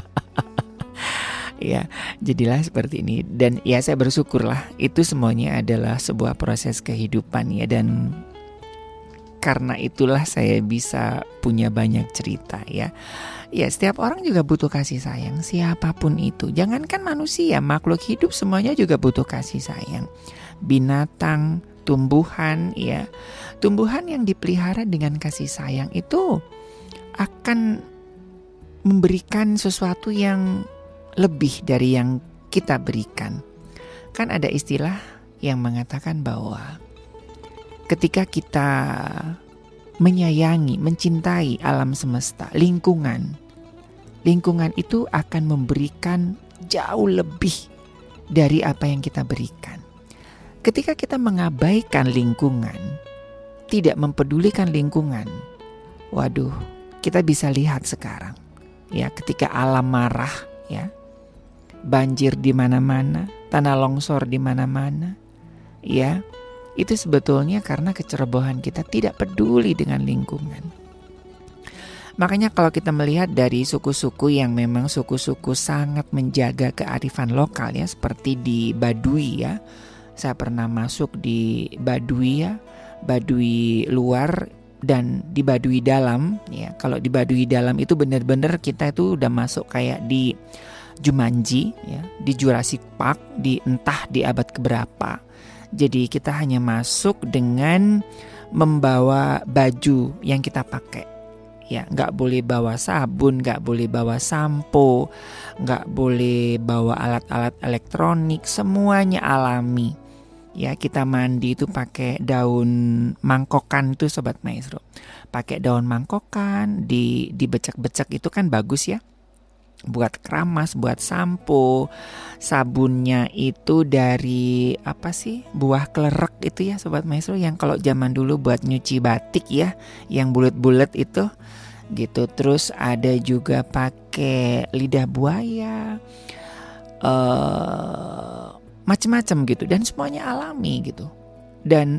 Ya, jadilah seperti ini. Dan ya saya bersyukurlah itu semuanya adalah sebuah proses kehidupan ya. Dan karena itulah saya bisa punya banyak cerita ya. Ya setiap orang juga butuh kasih sayang, siapapun itu. Jangankan manusia, makhluk hidup semuanya juga butuh kasih sayang. Binatang, tumbuhan ya. Tumbuhan yang dipelihara dengan kasih sayang itu akan memberikan sesuatu yang lebih dari yang kita berikan. Kan ada istilah yang mengatakan bahwa ketika kita menyayangi, mencintai alam semesta, lingkungan, lingkungan itu akan memberikan jauh lebih dari apa yang kita berikan. Ketika kita mengabaikan lingkungan, tidak mempedulikan lingkungan, waduh, kita bisa lihat sekarang ya, ketika alam marah ya, banjir di mana-mana, tanah longsor di mana-mana, ya itu sebetulnya karena kecerobohan kita tidak peduli dengan lingkungan. Makanya kalau kita melihat dari suku-suku yang memang suku-suku sangat menjaga kearifan lokal ya, seperti di Baduy ya, saya pernah masuk di Baduy ya, Baduy luar dan di Baduy dalam ya. Kalau di Baduy dalam itu benar-benar kita itu udah masuk kayak di Jumanji ya, di Jurassic Park, di entah di abad keberapa. Jadi kita hanya masuk dengan membawa baju yang kita pakai ya, nggak boleh bawa sabun, nggak boleh bawa sampo, nggak boleh bawa alat-alat elektronik, semuanya alami ya. Kita mandi itu pakai daun mangkokan itu Sobat Maestro, pakai daun mangkokan, di dibecek-becek itu kan bagus ya, buat keramas, buat sampo. Sabunnya itu dari apa sih, buah klerek itu ya Sobat Maestro, yang kalau zaman dulu buat nyuci batik ya, yang bulat-bulat itu gitu. Terus ada juga pakai lidah buaya, uh, macam-macam gitu, dan semuanya alami gitu. Dan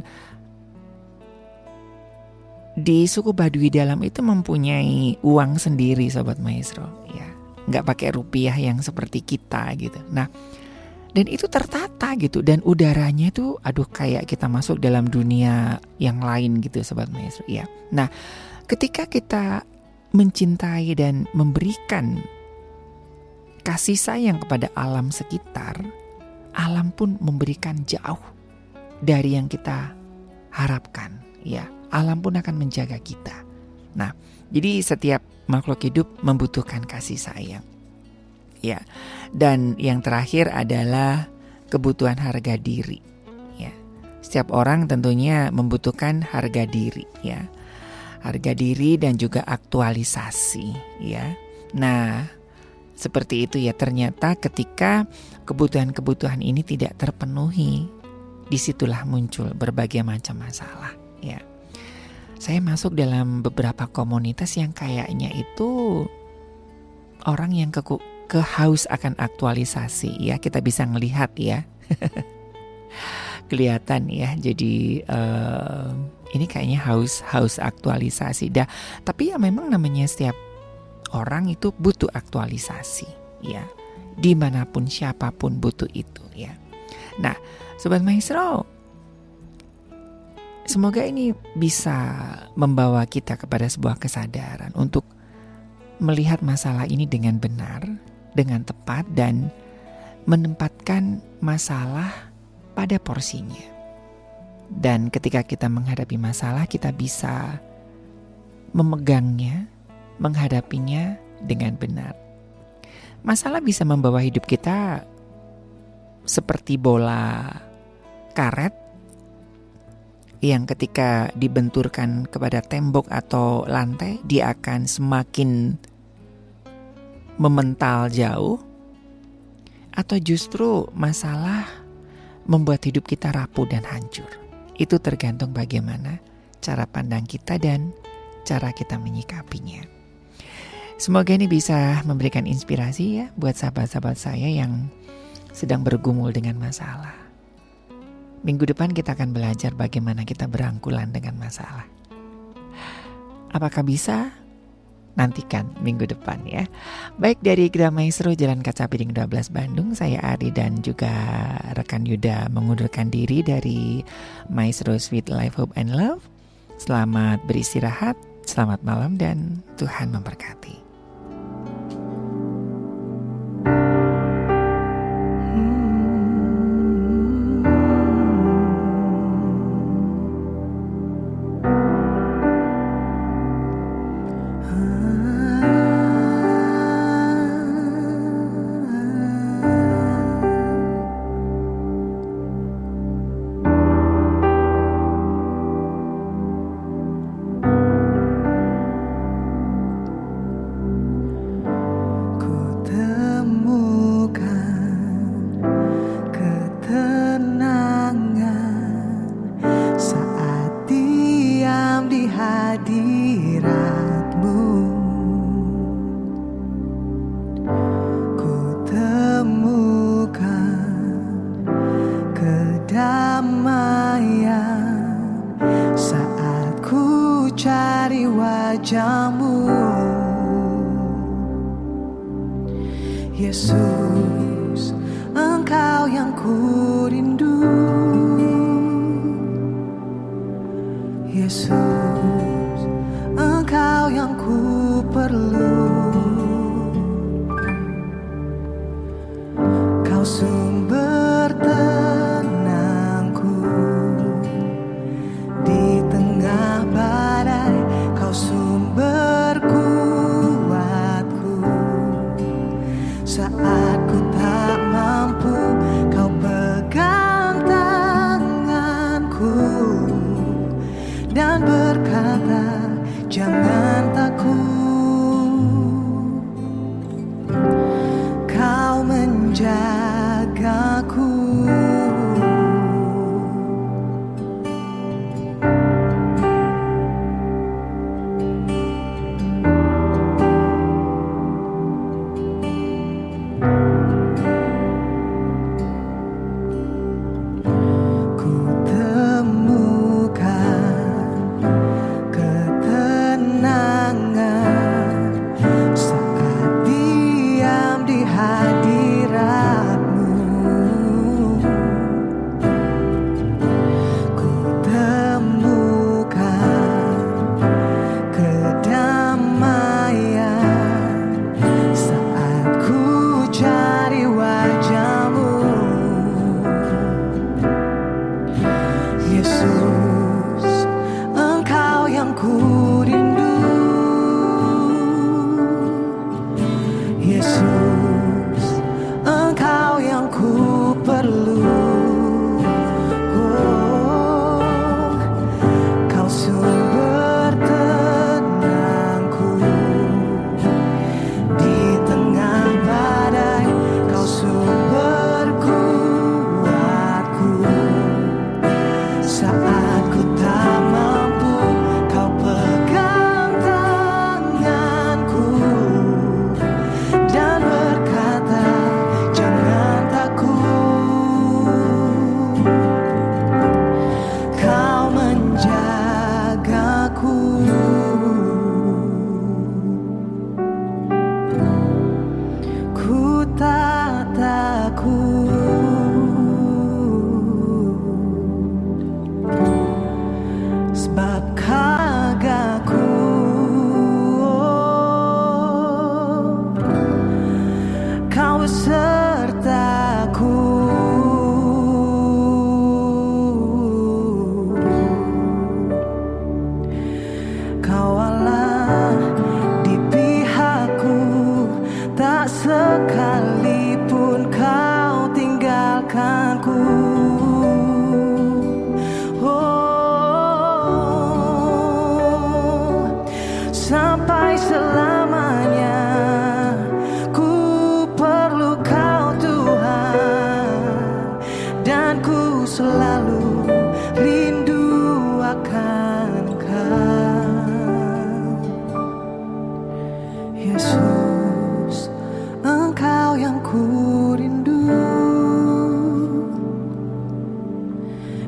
di suku Baduy dalam itu mempunyai uang sendiri Sobat Maestro ya, nggak pakai rupiah yang seperti kita gitu. Nah, dan itu tertata gitu, dan udaranya itu aduh kayak kita masuk dalam dunia yang lain gitu Sobat Maestro ya. Nah, ketika kita mencintai dan memberikan kasih sayang kepada alam sekitar, alam pun memberikan jauh dari yang kita harapkan ya. Alam pun akan menjaga kita. Nah, jadi setiap makhluk hidup membutuhkan kasih sayang. Ya. Dan yang terakhir adalah kebutuhan harga diri. Ya. Setiap orang tentunya membutuhkan harga diri, ya. Harga diri dan juga aktualisasi, ya. Nah, seperti itu ya, ternyata ketika kebutuhan-kebutuhan ini tidak terpenuhi, disitulah muncul berbagai macam masalah, ya. Saya masuk dalam beberapa komunitas yang kayaknya itu orang yang ke kehaus akan aktualisasi ya, kita bisa ngelihat ya. Kelihatan ya, jadi uh, ini kayaknya haus haus aktualisasi dah. Tapi ya memang namanya setiap orang itu butuh aktualisasi, ya. Dimanapun siapapun butuh itu, ya. Nah, Sobat Maestro, semoga ini bisa membawa kita kepada sebuah kesadaran untuk melihat masalah ini dengan benar, dengan tepat, dan menempatkan masalah pada porsinya. Dan ketika kita menghadapi masalah, kita bisa memegangnya, menghadapinya dengan benar. Masalah bisa membawa hidup kita seperti bola karet yang ketika dibenturkan kepada tembok atau lantai, dia akan semakin memental jauh, atau justru masalah membuat hidup kita rapuh dan hancur. Itu tergantung bagaimana cara pandang kita dan cara kita menyikapinya. Semoga ini bisa memberikan inspirasi ya buat sahabat-sahabat saya yang sedang bergumul dengan masalah. Minggu depan kita akan belajar bagaimana kita berangkulan dengan masalah. Apakah bisa? Nantikan minggu depan ya. Baik, dari Gera Maestro Jalan Kaca Piring dua belas Bandung, saya Ari dan juga rekan Yuda mengundurkan diri dari Maestro Sweet Life, Hope and Love. Selamat beristirahat, selamat malam, dan Tuhan memberkati. Yesus, Engkau yang ku rindu. Yesus, Engkau yang ku perlu. Kau sumber tenangku di tengah badai. Kau sumber kuatku saat ku tak mampu. Kau pegang tanganku dan berkata, jangan takut. Kau menjagaku. Saat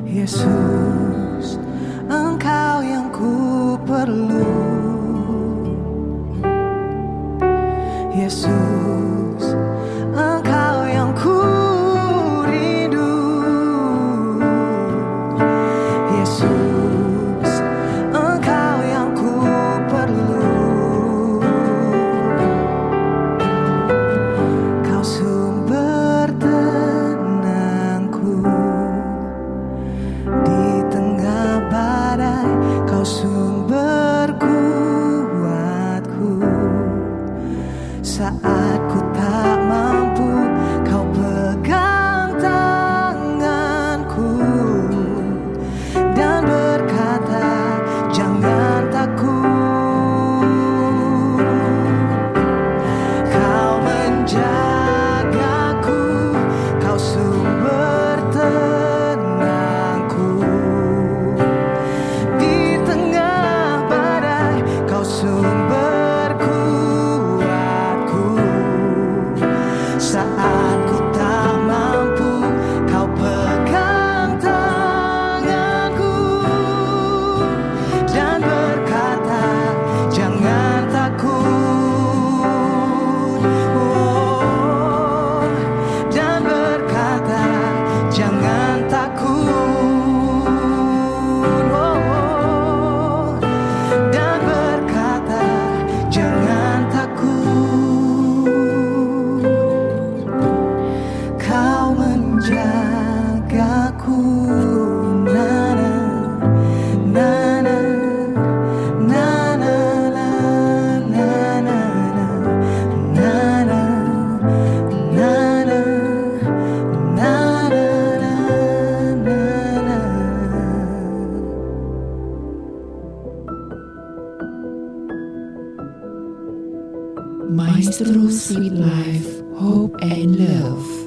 Yesus, Engkau yang ku perlu. Yesus, Engkau yang ku rindu. Yesus, Engkau yang ku perlu. Kau sumber tenangku di tengah badai, Kau sumber kuatku. Saat ku tak mampu, Kau pegang tanganku dan berkata, jangan takut. Kau menjagaku, Kau sumber tenangku. Di tengah badai, Kau sumber saat ku tak mampu, Kau pegang tanganku dan berkata, jangan takut. Oh, dan berkata, jangan takut. Oh, dan berkata, jangan takut. Jagaku, nana, nana, nana, nana, nana, nana, nana. Maestro Sweet Life, Hope and Love.